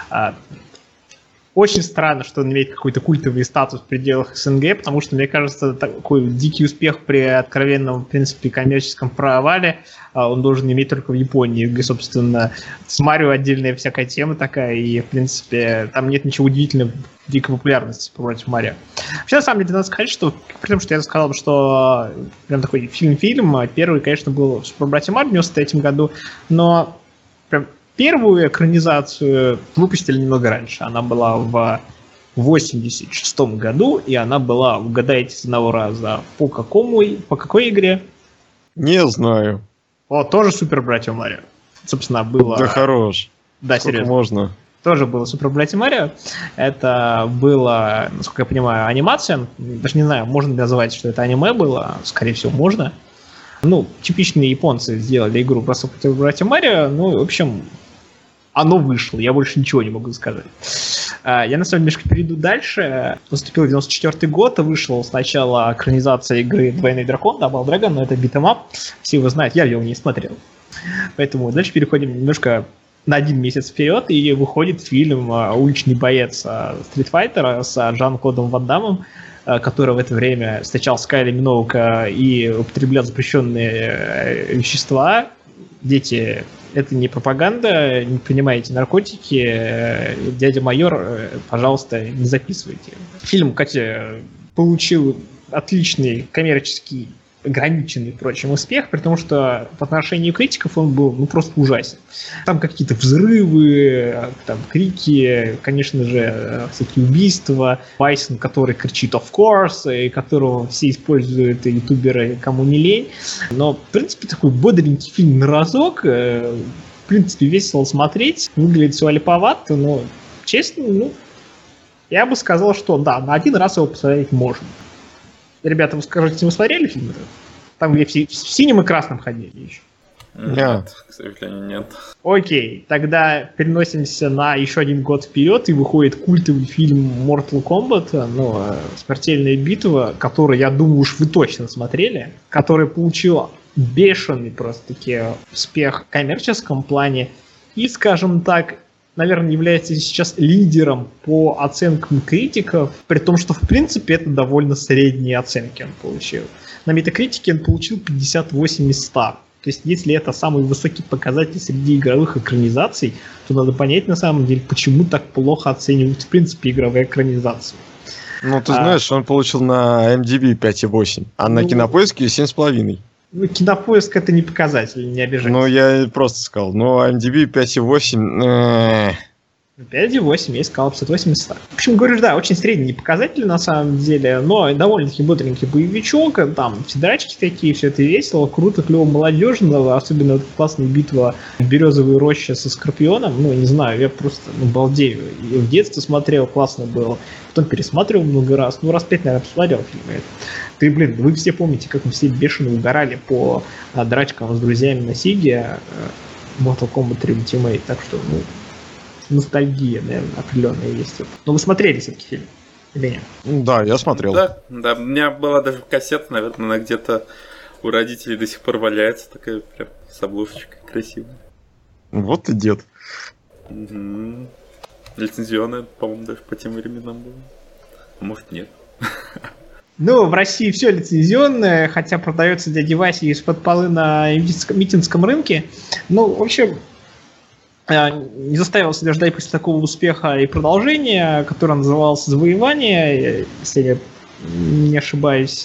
Очень странно, что он имеет какой-то культовый статус в пределах СНГ, потому что, мне кажется, такой дикий успех при откровенном, в принципе, коммерческом провале он должен иметь только в Японии, где, собственно, с Марио отдельная всякая тема такая, и, в принципе, там нет ничего удивительного в дикой популярности против Марио. Вообще, на самом деле, надо сказать, что, при том, что я сказал, что прям такой фильм, первый, конечно, был «Супер Братья Марио» в 93 году, но прям первую экранизацию выпустили немного раньше. Она была в 86 году, и она была, угадайте, с одного раза. По какой игре? Не знаю. Тоже Супер Братья Марио. Собственно, было... Да хорош. Да, сколько серьезно. можно. Тоже было Супер Братья Марио. Это было, насколько я понимаю, анимация. Даже не знаю, можно ли назвать, что это аниме было. Скорее всего, можно. Типичные японцы сделали игру про Супер Братья Марио. В общем... Оно вышло, я больше ничего не могу сказать. Я на самом деле немножко перейду дальше. Наступил 94 год, вышла сначала экранизация игры «Двойной дракон», Double Dragon, но это битэмап, все его знают, я его не смотрел. Поэтому дальше переходим немножко на один месяц вперед, и выходит фильм «Уличный боец» Street Fighter с Жан-Клодом Ван Даммом, который в это время встречал Скайли Миноука и употреблял запрещенные вещества. Дети, это не пропаганда, не принимайте наркотики, дядя майор, пожалуйста, не записывайте. Фильм, кстати, получил отличный коммерческий, ограниченный, впрочем, успех, при том, что по отношению критиков он был просто ужасен. Там какие-то взрывы, там крики, конечно же, всякие убийства, Байсон, который кричит «of course», и которого все используют ютуберы, кому не лень. Но, в принципе, такой бодренький фильм на разок, в принципе, весело смотреть, выглядит все липовато, но, честно, я бы сказал, что да, на один раз его посмотреть можно. Ребята, вы скажите, вы смотрели фильм? Там, где все в синем и красном ходили еще? Нет, к сожалению, нет. Окей, тогда переносимся на еще один год вперед, и выходит культовый фильм Mortal Kombat, «Смертельная битва», который, я думаю, уж вы точно смотрели, который получил бешеный просто-таки успех в коммерческом плане, и, скажем так, наверное, является сейчас лидером по оценкам критиков, при том, что, в принципе, это довольно средние оценки он получил. На Метакритике он получил 58 из 100. То есть, если это самый высокий показатель среди игровых экранизаций, то надо понять, на самом деле, почему так плохо оценивают, в принципе, игровые экранизации. Ну, ты знаешь, он получил на MDB 5,8, а на Кинопоиске 7,5. Ну, Кинопоиск это не показатель, не обижайся. Ну, я просто сказал. Ну, MDB 5,8... 5,8, я сказал 58 из 100. В общем, говоришь, да, очень средние показатели на самом деле, но довольно-таки бодренький боевичок, там все драчки такие, все это весело, круто, клево, молодежно, особенно вот классная битва в Березовой роще со Скорпионом, ну, не знаю, я просто балдею. И в детстве смотрел, классно было, потом пересматривал много раз, ну, раз 5, наверное, посмотрел фильмы. Ты, блин, вы все помните, как мы все бешено угорали по драчкам с друзьями на Сиге Mortal Kombat 3 Ultimate, так что, ну, ностальгия, наверное, определенная есть. Но вы смотрели все-таки фильм? Или нет? Да, я смотрел. Да, у меня была даже кассета, наверное, она где-то у родителей до сих пор валяется, такая прям с обложечкой красивая. Вот и дед. Угу. Лицензионная, по-моему, даже по тем временам была. А может, нет. Ну, в России все лицензионное, хотя продается дяди Васи из-под полы на митинском рынке. Ну, в общем, не заставил себя ждать после такого успеха и продолжения, которое называлось «Завоевание», если я не ошибаюсь.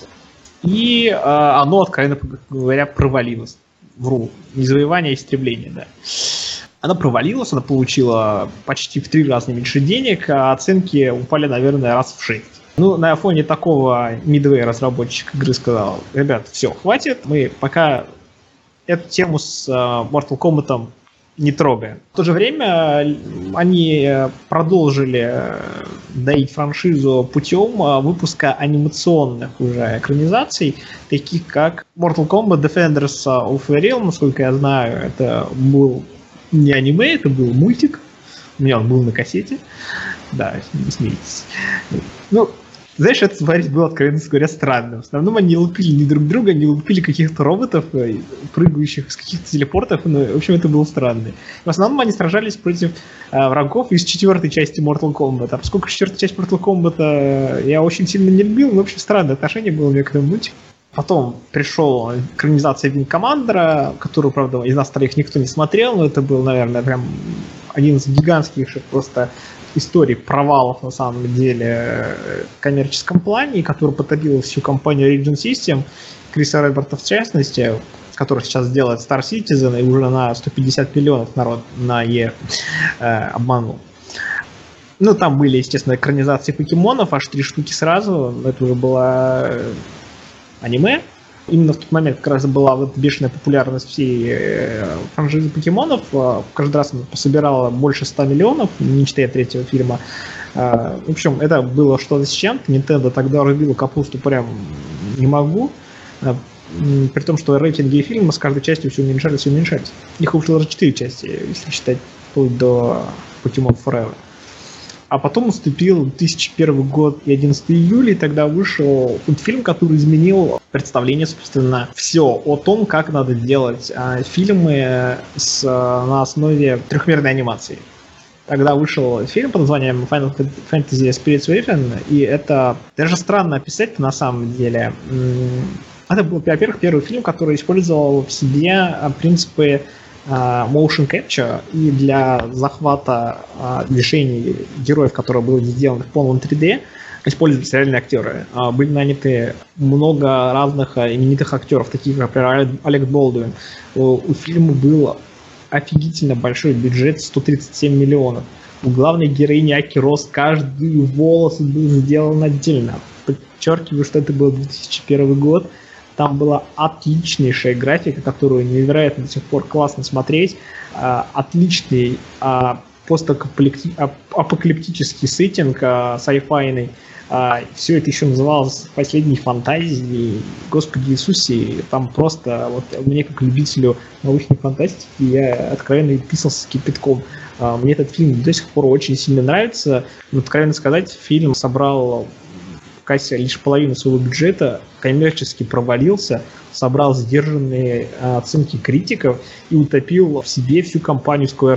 И оно, откровенно говоря, провалилось. Вру. Не «Завоевание», а «Истребление», да. Она провалилась, она получила почти в 3 раза меньше денег, а оценки упали, наверное, раз в 6. Ну, на фоне такого Midway разработчик игры сказал: ребят, все, хватит, мы пока эту тему с Mortal Kombat не трогаем. В то же время они продолжили доить франшизу путем выпуска анимационных уже экранизаций, таких как Mortal Kombat Defenders of the Realm, насколько я знаю, это был не аниме, это был мультик. У меня он был на кассете. Да, не смейтесь. Ну, знаешь, это, смотреть, было, откровенно говоря, странным. В основном они лупили не друг друга, они лупили каких-то роботов, прыгающих с каких-то телепортов. Ну, в общем, это было странно. В основном они сражались против врагов из 4-й части Mortal Kombat. А поскольку 4-я часть Mortal Kombat я очень сильно не любил, ну, в общем, странное отношение было у меня к этому мультику. Потом пришел экранизация Wing Commander, которую, правда, из нас троих никто не смотрел, но это был, наверное, прям один из гигантских просто историй провалов, на самом деле, в коммерческом плане, который потопил всю компанию Origin System, Криса Редборта в частности, который сейчас делает Star Citizen и уже на 150 миллионов народ на обманул. Ну, там были, естественно, экранизации покемонов, аж 3 штуки сразу, это уже было аниме. Именно в тот момент как раз была вот бешеная популярность всей франшизы покемонов. Каждый раз она пособирала больше 100 миллионов, не считая 3-го фильма. В общем, это было что-то с чем-то. Nintendo тогда рубила капусту прям не могу. При том, что рейтинги фильма с каждой частью все уменьшались и уменьшались. Их вышло уже 4 части, если считать вплоть до Pokemon Forever. А потом наступил 2001 год и 11 июля, и тогда вышел фильм, который изменил представление, собственно, все о том, как надо делать фильмы на основе трехмерной анимации. Тогда вышел фильм под названием Final Fantasy Spirits Within, и это даже странно описать на самом деле. Это был, во-первых, первый фильм, который использовал в себе принципы motion capture, и для захвата решений героев, которые были сделаны в полном 3D, использовались реальные актеры. Были наняты много разных именитых актеров, таких как, например, Алек Болдуин. У фильма был офигительно большой бюджет, 137 миллионов. У главной героини Аки Рос каждый волос был сделан отдельно. Подчеркиваю, что это был 2001 год. Там была отличнейшая графика, которую невероятно до сих пор классно смотреть. Отличный постапокалиптический сеттинг, sci-fi-ный. Все это еще называлось «Последней фантазией». Господи Иисусе, там просто вот мне, как любителю научной фантастики, я откровенно писался кипятком. Мне этот фильм до сих пор очень сильно нравится. Откровенно сказать, фильм собрал в кассе лишь половину своего бюджета, коммерчески провалился, собрал сдержанные оценки критиков и утопил в себе всю компанию Squaresoft.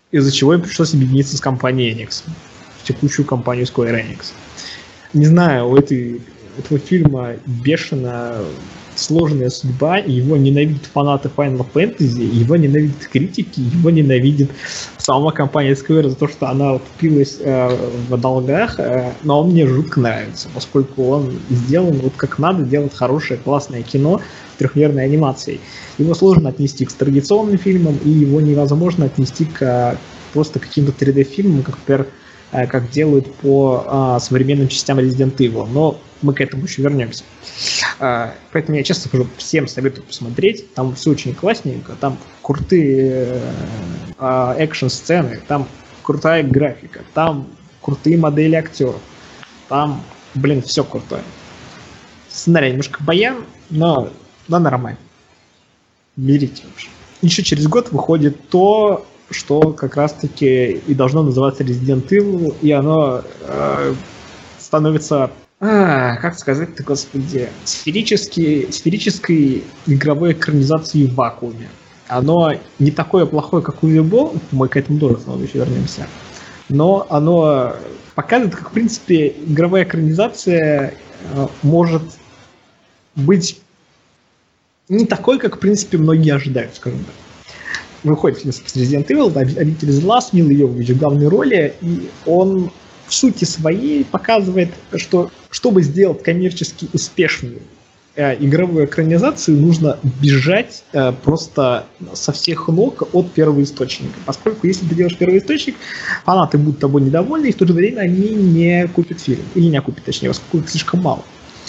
из-за чего им пришлось объединиться с компанией Enix, в текущую компанию Square Enix. Не знаю, у этого фильма бешено сложная судьба, его ненавидят фанаты Final Fantasy, его ненавидят критики, его ненавидит сама компания Square за то, что она впилась в долгах, но он мне жутко нравится, поскольку он сделан вот как надо, делает хорошее, классное кино с трехмерной анимацией. Его сложно отнести к традиционным фильмам, и его невозможно отнести к просто каким-то 3D-фильмам, как, например, как делают по современным частям Resident Evil, но мы к этому еще вернемся. Поэтому я честно скажу, всем советую посмотреть, там все очень классненько, там крутые экшн-сцены, там крутая графика, там крутые модели актеров, там, все крутое. Сценарий немножко баян, но нормально. Берите вообще. Еще через год выходит то, что как раз-таки и должно называться Resident Evil, и оно становится, как сказать-то, господи, сферической игровой экранизацией в вакууме. Оно не такое плохое, как Увибо, мы к этому тоже снова еще вернемся, но оно показывает, как, в принципе, игровая экранизация может быть не такой, как, в принципе, многие ожидают, скажем так. Выходит фильм с Resident Evil, обитель зла, с Милой Йовович в главной роли, и он в сути своей показывает, что чтобы сделать коммерчески успешную игровую экранизацию, нужно бежать просто со всех ног от первоисточника. Поскольку если ты делаешь первоисточник, фанаты будут тобой недовольны, и в то же время они не купят фильм. Или не купят, точнее, поскольку их слишком мало.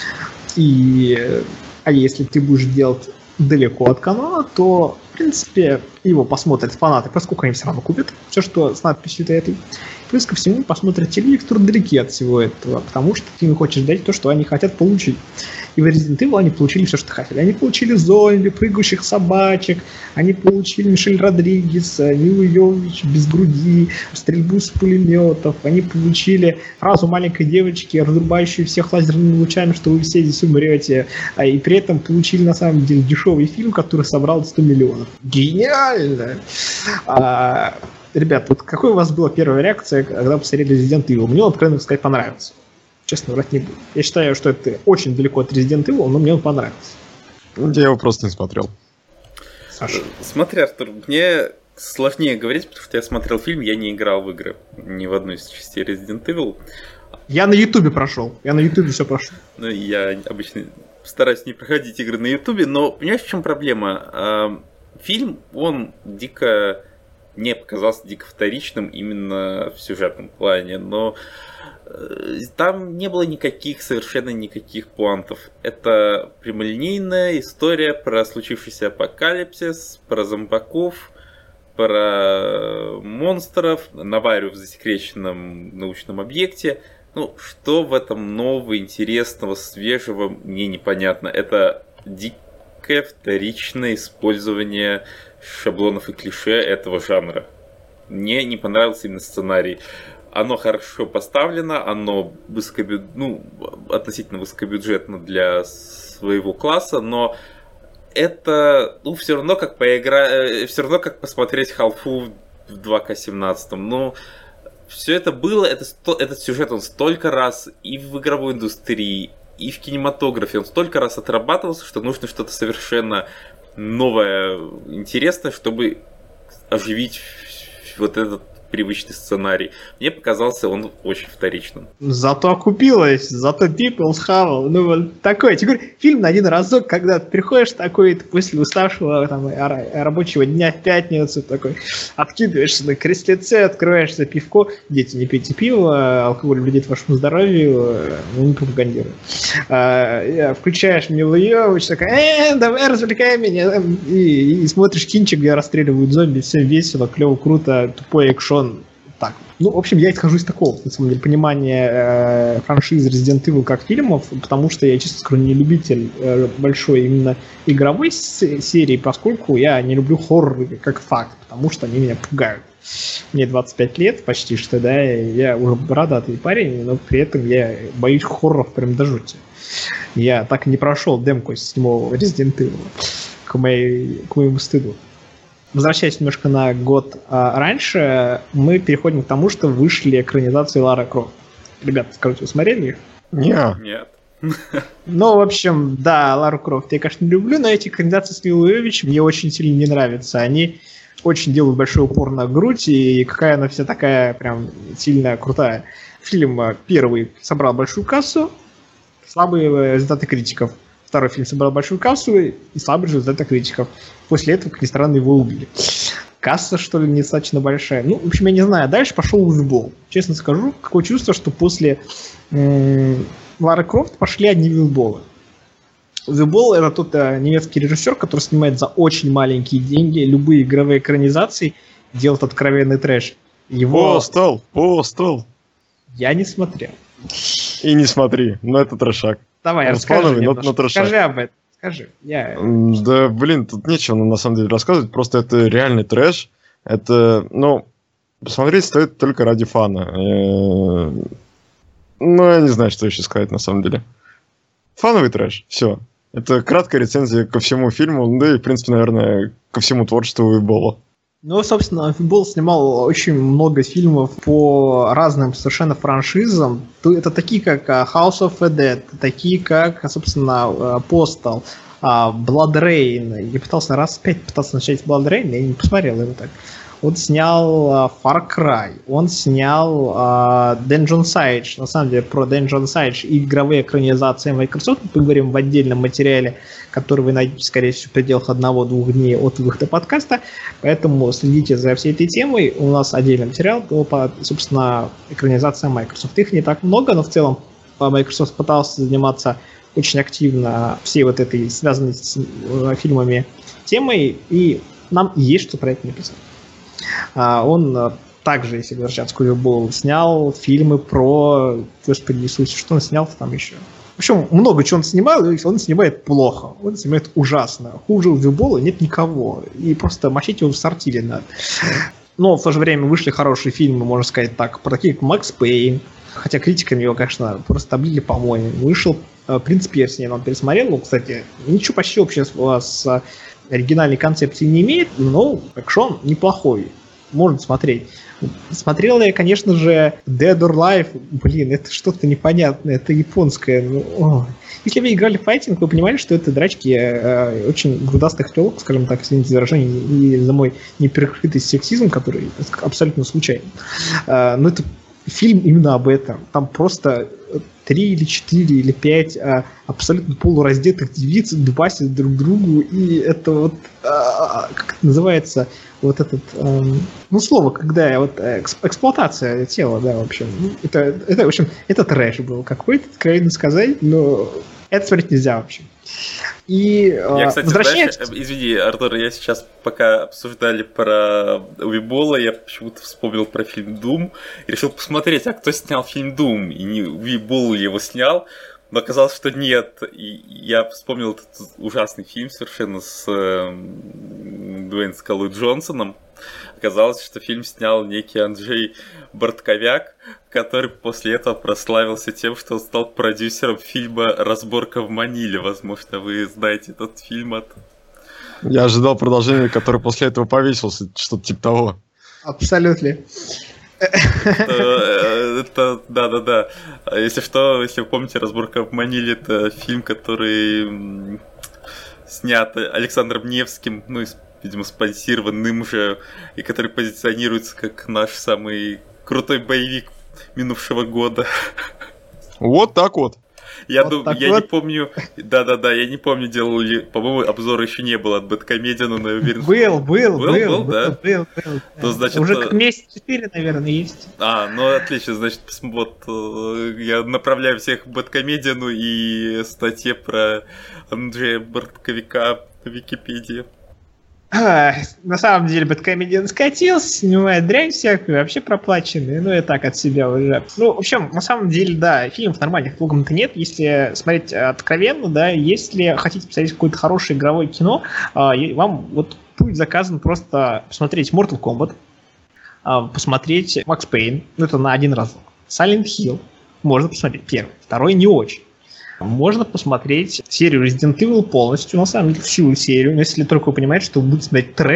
А если ты будешь делать далеко от канала, то, в принципе, его посмотрят фанаты, поскольку они все равно купят все, что с надписью этой. Плюс ко всему посмотрят те люди, которые далеки от всего этого, потому что ты не хочешь дать то, что они хотят получить. И в Resident Evil они получили все, что хотели. Они получили зомби, прыгающих собачек, они получили Мишель Родригес, Милу Йовович без груди, стрельбу с пулеметов, они получили фразу маленькой девочки, разрубающую всех лазерными лучами, что вы все здесь умрете, и при этом получили на самом деле дешевый фильм, который собрал 100 миллионов. Гениально! Ребят, вот какой у вас была первая реакция, когда посмотрели Resident Evil? Мне он, откровенно сказать, понравился. Честно, врать не буду. Я считаю, что это очень далеко от Resident Evil, но мне он понравился. Я его просто не смотрел. Саша. Смотри, Артур, мне сложнее говорить, потому что я смотрел фильм, я не играл в игры. Ни в одной из частей Resident Evil. Я на Ютубе прошел. Я на Ютубе все прошел. Ну, я обычно стараюсь не проходить игры на Ютубе, но понимаешь, в чем проблема? Фильм, он мне показался дико вторичным именно в сюжетном плане, но там не было совершенно никаких пуантов. Это прямолинейная история про случившийся апокалипсис, про зомбаков, про монстров, аварию в засекреченном научном объекте. Ну, что в этом нового, интересного, свежего, мне непонятно. Это дикое вторичное использование шаблонов и клише этого жанра. Мне не понравился именно сценарий. Оно хорошо поставлено, оно относительно высокобюджетно для своего класса, но это все равно как посмотреть Халфу в 2К17. Все это было, этот сюжет он столько раз и в игровой индустрии, и в кинематографе он столько раз отрабатывался, что нужно что-то совершенно новое, интересное, чтобы оживить вот этот привычный сценарий. Мне показался он очень вторичным. Зато окупилось, зато people схавал. Вот такой. Теперь фильм на один разок, когда ты приходишь такой, после уставшего рабочего дня в пятницу, такой, откидываешься на креслице, открываешься пивко. Дети, не пейте пиво, алкоголь вредит вашему здоровью, не пропагандирую. Включаешь Милу Йовович, такая, давай развлекай меня. И смотришь кинчик, где расстреливают зомби, всем весело, клево, круто, тупой экшон. Так. В общем, я исхожу из такого, на самом деле, понимания франшизы Resident Evil как фильмов, потому что я, честно скажу, не любитель большой именно игровой серии, поскольку я не люблю хорроры как факт, потому что они меня пугают. Мне 25 лет почти что, да, я уже бородатый парень, но при этом я боюсь хорроров прям до жути. Я так и не прошел демку с 7-го Resident Evil, к моему стыду. возвращаясь немножко на год раньше, мы переходим к тому, что вышли экранизации Лары Крофт. Ребята, скажите, вы смотрели их? Нет. Ну, в общем, да, Лару Крофт я, конечно, люблю, но эти экранизации с Милой Йовович мне очень сильно не нравятся. Они очень делают большой упор на грудь, и какая она вся такая прям сильно крутая. Фильм первый собрал большую кассу, слабые результаты критиков. Второй фильм собрал большую кассу и слабые результаты критиков. После этого, как ни странно, его убили. Касса, что ли, недостаточно большая. Ну, в общем, я не знаю. Дальше пошел Увибол. Честно скажу, какое чувство, что после Лары Крофт пошли одни Увиболы. Увибол — это тот немецкий режиссер, который снимает за очень маленькие деньги любые игровые экранизации, делает откровенный трэш. Его... Постал. Я не смотрел. И не смотри, но это трэшак. Давай, расскажи мне, трэшак. Скажи об этом. Скажи. Да, блин, тут нечего на самом деле рассказывать, просто это реальный трэш. Это, посмотреть стоит только ради фана. Я не знаю, что еще сказать на самом деле. Фановый трэш, все. Это краткая рецензия ко всему фильму, да и, в принципе, наверное, ко всему творчеству Увибола. Ну, собственно, Увибол снимал очень много фильмов по разным совершенно франшизам. Это такие, как House of the Dead, такие, как, собственно, Postal, Blood Rain. Я пытался раз 5 начать с Blood Rain, я не посмотрел его так. Он снял Far Cry, он снял Dungeon Siege. На самом деле, про Dungeon Siege и игровые экранизации Microsoft мы поговорим в отдельном материале, который вы найдете, скорее всего, в пределах 1-2 дней от выхода подкаста. Поэтому следите за всей этой темой. У нас отдельный материал по, собственно, экранизациям Microsoft. Их не так много, но в целом Microsoft пытался заниматься очень активно всей вот этой связанной с фильмами темой, и нам есть что про это написать. Он также, если возвращаться к Увиболу, снял фильмы про... Господи Иисусе, что он снял-то там еще? В общем, много чего он снимал, и он снимает плохо. Он снимает ужасно. Хуже Увибола нет никого. И просто мочить его в сортире надо. Но в то же время вышли хорошие фильмы, можно сказать так, про такие как Макс Пейн. Хотя критиками его, конечно, просто облили помоями. Вышел «Принц Персии», я вам пересмотрел. Кстати, ничего почти общего с оригинальной концепцией не имеет, но экшон неплохой. Можно смотреть. Смотрел я, конечно же, Dead or Alive. Блин, это что-то непонятное, это японское. Если вы играли в файтинг, вы понимали, что это драчки очень грудастых телок, скажем так, извините за выражение, и за мой неперекрытый сексизм, который абсолютно случайен. Но это фильм именно об этом. Там просто 3 или 4 или 5 абсолютно полураздетых девиц дубасят друг другу, и это вот, как это называется, вот этот, слово, когда вот эксплуатация тела, да, в общем. Это, в общем, это трэш был какой-то, откровенно сказать, но это смотреть нельзя вообще. И я, кстати, знаешь, извини, Артур, я сейчас, пока обсуждали про Увибола, я почему-то вспомнил про фильм Doom и решил посмотреть, а кто снял фильм Doom, и не Увибол ли его снял, но оказалось, что нет. И я вспомнил этот ужасный фильм совершенно с Дуэйн Скалой Джонсоном. Оказалось, что фильм снял некий Анджей Бортковяк, который после этого прославился тем, что он стал продюсером фильма «Разборка в Маниле». Возможно, вы знаете этот фильм от... Я ожидал продолжения, который после этого повесился, что-то типа того. Абсолютно. Это, да. Если что, если вы помните, «Разборка в Маниле» — это фильм, который снят Александром Невским, видимо, спонсированным же, и который позиционируется как наш самый крутой боевик минувшего года. Вот так вот. Я не помню, я не помню, делал ли, по-моему, обзора еще не было от Бэдкомедиана, но я уверен, был, да? То, значит, уже как месяц 4, наверное, есть. Отлично, значит, вот я направляю всех к Бэдкомедиану и статье про Андрея Бортковика в Википедии. На самом деле, Бэдкомедиан скатился, снимает дрянь всякую, вообще проплаченный, я так от себя уже. В общем, на самом деле, да, фильмов нормальных толком-то нет, если смотреть откровенно, да, если хотите посмотреть какое-то хорошее игровое кино, вам вот будет заказан просто посмотреть Mortal Kombat, посмотреть Max Payne, это на один разок, Silent Hill, можно посмотреть первый, второй не очень. Можно посмотреть серию Resident Evil полностью, на самом деле всю серию, но если только вы понимаете, что вы будете смотреть трэш,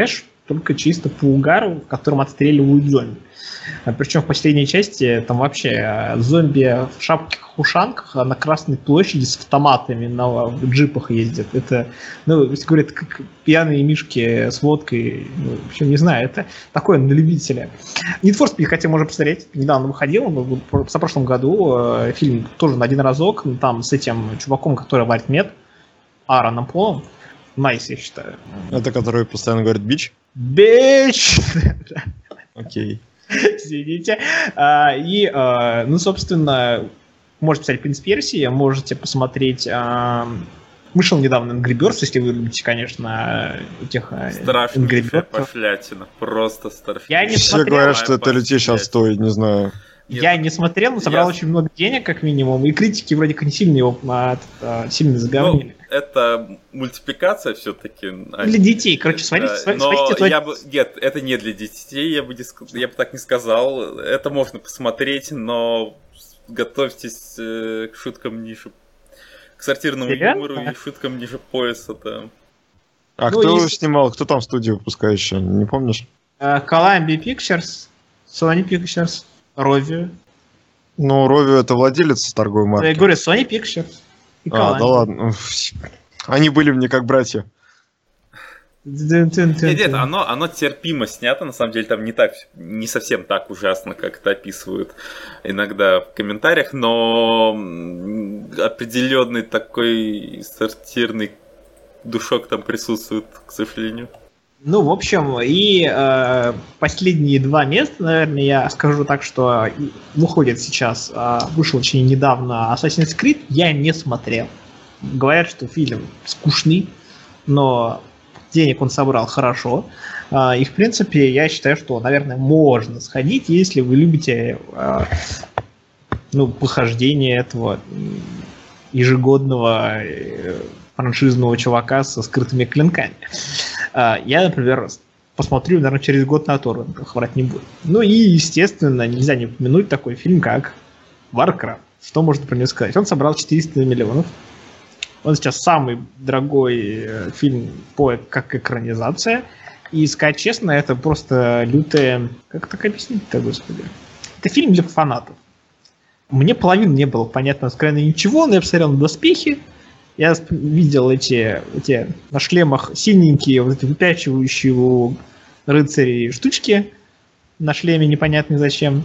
только чисто по угару, в котором отстреливают зомби. Причем в последней части там вообще зомби в шапках-ушанках на Красной площади с автоматами на джипах ездят. Это, ну, говорят, как пьяные мишки с водкой. Ну, в общем, не знаю, это такое на любителя. Need for Speed хотя можно посмотреть. Недавно выходил, в прошлом году. Фильм тоже на один разок. Там с этим чуваком, который варит мед, Аароном Полом. Найс, я считаю. Это который постоянно говорит «бич»? Бич! Окей. Извините. Ну, собственно, можете писать «Принц-Персия», можете посмотреть... Вышел недавно Angry Birds, если вы любите, конечно, этих страшная пошлятина, просто страшная. Я не Все смотрел. говорят, что это лютейший отстой, не знаю. Я не смотрел, но собрал очень много денег, как минимум, и критики вроде как не сильно его сильно заговнили. Ну, это мультипликация все-таки. Для детей, короче, смотрите. Нет, это не для детей, я бы так не сказал. Это можно посмотреть, но готовьтесь к шуткам ниже, к сортирному юмору и шуткам ниже пояса, да. А кто снимал, кто там студию выпускающая, не помнишь? Columbia Pictures, Sony Pictures, Rovio. Ну, Rovio это владелец торговой марки. Я говорю, Sony Pictures. Да ладно. Они были мне как братья. Нет, оно терпимо снято, на самом деле там не совсем так ужасно, как это описывают иногда в комментариях, но определенный такой сортирный душок там присутствует, к сожалению. Ну, в общем, и последние 2 места, наверное, я скажу так, что выходит сейчас, вышел очень недавно Assassin's Creed, я не смотрел. Говорят, что фильм скучный, но денег он собрал хорошо. И, в принципе, я считаю, что, наверное, можно сходить, если вы любите похождение этого ежегодного франшизного чувака со скрытыми клинками. Я, например, посмотрю, наверное, через год на торрентах, врать не буду. Ну и, естественно, нельзя не упомянуть такой фильм, как Warcraft. Что можно про него сказать? Он собрал 400 миллионов. Он сейчас самый дорогой фильм как экранизация. И, сказать честно, это просто лютая... Как так объяснить-то, господи? Это фильм для фанатов. Мне половину не было понятно, скорее ничего, но я посмотрел на доспехи. Я видел эти на шлемах синенькие, вот эти выпячивающие у рыцарей штучки на шлеме, непонятно зачем.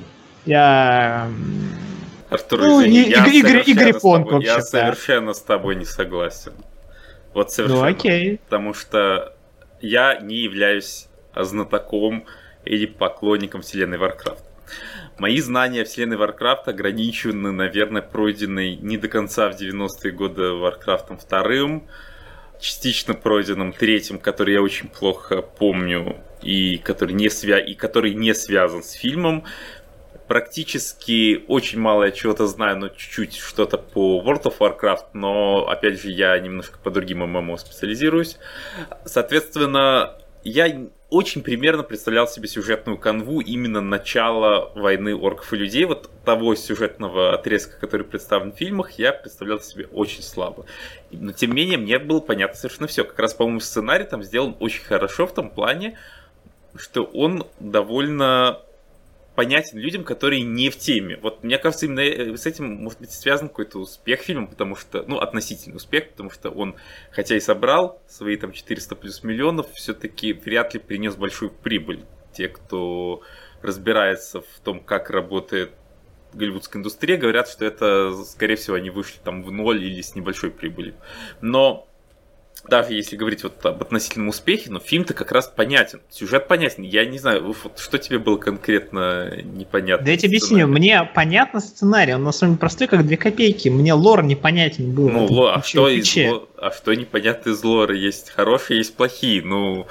Артур, Игорь Фонк вообще. Я совершенно с тобой не согласен. Вот совершенно. Ну окей. Потому что я не являюсь знатоком или поклонником вселенной Warcraft. Мои знания вселенной Warcraft ограничены, наверное, пройденной не до конца в 90-е годы Warcraft 2, частично пройденным 3, который я очень плохо помню, и который не связан с фильмом. Практически очень мало я чего-то знаю, но чуть-чуть что-то по World of Warcraft, но, опять же, я немножко по другим ММО специализируюсь. Соответственно, я очень примерно представлял себе сюжетную канву именно начала войны орков и людей. Вот того сюжетного отрезка, который представлен в фильмах, я представлял себе очень слабо. Но, тем не менее, мне было понятно совершенно все. Как раз, по-моему, сценарий там сделан очень хорошо в том плане, что он довольно понятен людям, которые не в теме. Вот мне кажется, именно с этим может быть связан какой-то успех фильма, потому что, относительный успех, потому что он, хотя и собрал свои там 400 плюс миллионов, все-таки вряд ли принес большую прибыль. Те, кто разбирается в том, как работает голливудская индустрия, говорят, что это, скорее всего, они вышли там в ноль или с небольшой прибылью. Но даже если говорить вот об относительном успехе, но фильм-то как раз понятен, сюжет понятен. Я не знаю, что тебе было конкретно непонятно? Да я тебе объясню, мне понятно сценарий, он на самом деле простой, как 2 копейки. Мне лор непонятен был. А что непонятно из лора? Есть хорошие, есть плохие.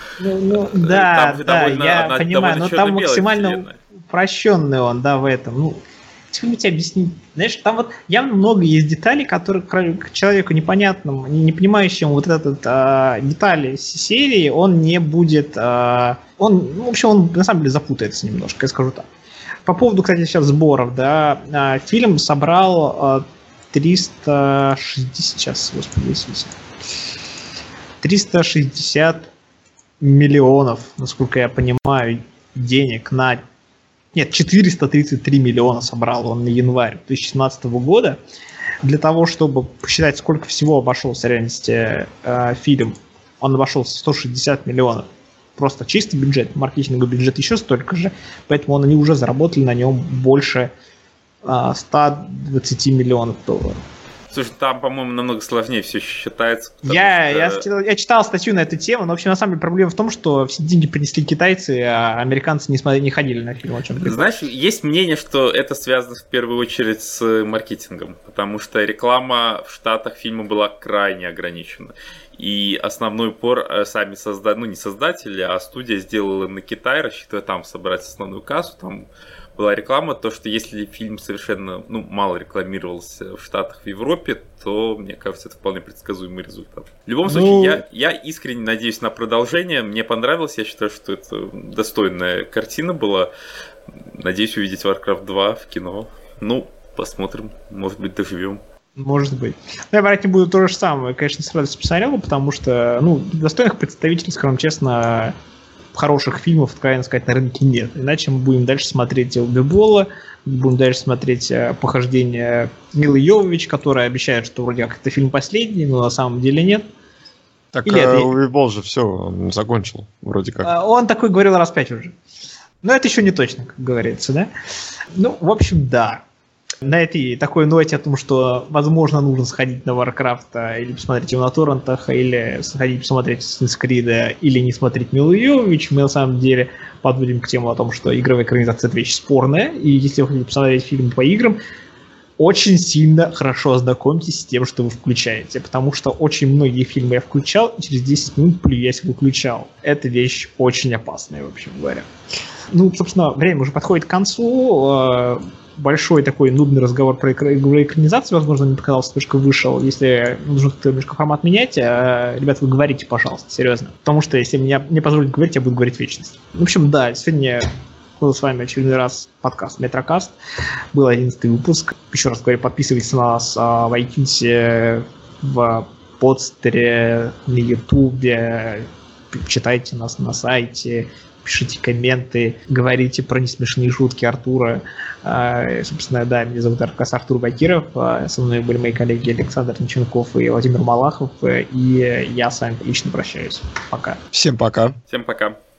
Да, я понимаю, но там максимально упрощенный он, в этом. Как тебе объяснить? Знаешь, там вот явно много есть деталей, которые к человеку непонятному, не понимающему вот этот детали серии, он не будет... он на самом деле запутается немножко, я скажу так. По поводу, кстати, сейчас сборов, фильм собрал 360... Сейчас, господи, 360 миллионов, насколько я понимаю, денег на... Нет, 433 миллиона собрал он на январь 2017 года. Для того, чтобы посчитать, сколько всего обошелся в реальности фильм, он обошелся 160 миллионов. Просто чистый бюджет, маркетинговый бюджет еще столько же, поэтому они уже заработали на нем больше 120 миллионов долларов. Слушай, там, по-моему, намного сложнее все считается. Я читал статью на эту тему, но, в общем, на самом деле проблема в том, что все деньги принесли китайцы, а американцы не ходили на фильм. Знаешь, есть мнение, что это связано в первую очередь с маркетингом, потому что реклама в Штатах фильма была крайне ограничена. И основной упор сами не создатели, а студия сделала на Китай, рассчитывая там собрать основную кассу, там была реклама, то, что если фильм совершенно мало рекламировался в Штатах, в Европе, то, мне кажется, это вполне предсказуемый результат. В любом случае, я искренне надеюсь на продолжение. Мне понравилось, я считаю, что это достойная картина была. Надеюсь увидеть Warcraft 2 в кино. Посмотрим, может быть, доживем. Может быть. Но я брать не буду то же самое. Конечно, с радостью посмотрел, потому что, достойных представителей, скажем честно, хороших фильмов, откровенно сказать, на рынке нет. Иначе мы будем дальше смотреть Убибола, будем дальше смотреть похождения Милы Йовович, которая обещает, что вроде как это фильм последний, но на самом деле нет. Так Убибол же все, он закончил, вроде как. Он такой говорил раз 5 уже. Но это еще не точно, как говорится, да? В общем, да. На этой такой ноте о том, что, возможно, нужно сходить на Warcraft или посмотреть его на торрентах, или сходить посмотреть Assassin's Creed, или не смотреть Милу Йовович, мы на самом деле подводим к тему о том, что игровая экранизация — это вещь спорная, и если вы хотите посмотреть фильм по играм, очень сильно хорошо ознакомьтесь с тем, что вы включаете, потому что очень многие фильмы я включал, и через 10 минут плюясь выключал. Это вещь очень опасная, в общем говоря. Собственно, время уже подходит к концу. Большой такой нудный разговор про игровую экранизацию, возможно, мне показалось, только вышел. Если нужно как-то немножко формат менять, ребят, вы говорите, пожалуйста, серьезно. Потому что если мне позволить говорить, я буду говорить вечность. В общем, да, сегодня был с вами очередной раз подкаст Метрокаст. Был 11-й выпуск. Еще раз говорю, подписывайтесь на нас в iTunes, в подстере, на Ютубе, читайте нас на сайте, пишите комменты, говорите про несмешные шутки Артура. Собственно, да, меня зовут Артур Бакиров, со мной были мои коллеги Александр Ниченков и Владимир Малахов, и я с вами лично прощаюсь. Пока. Всем пока. Всем пока.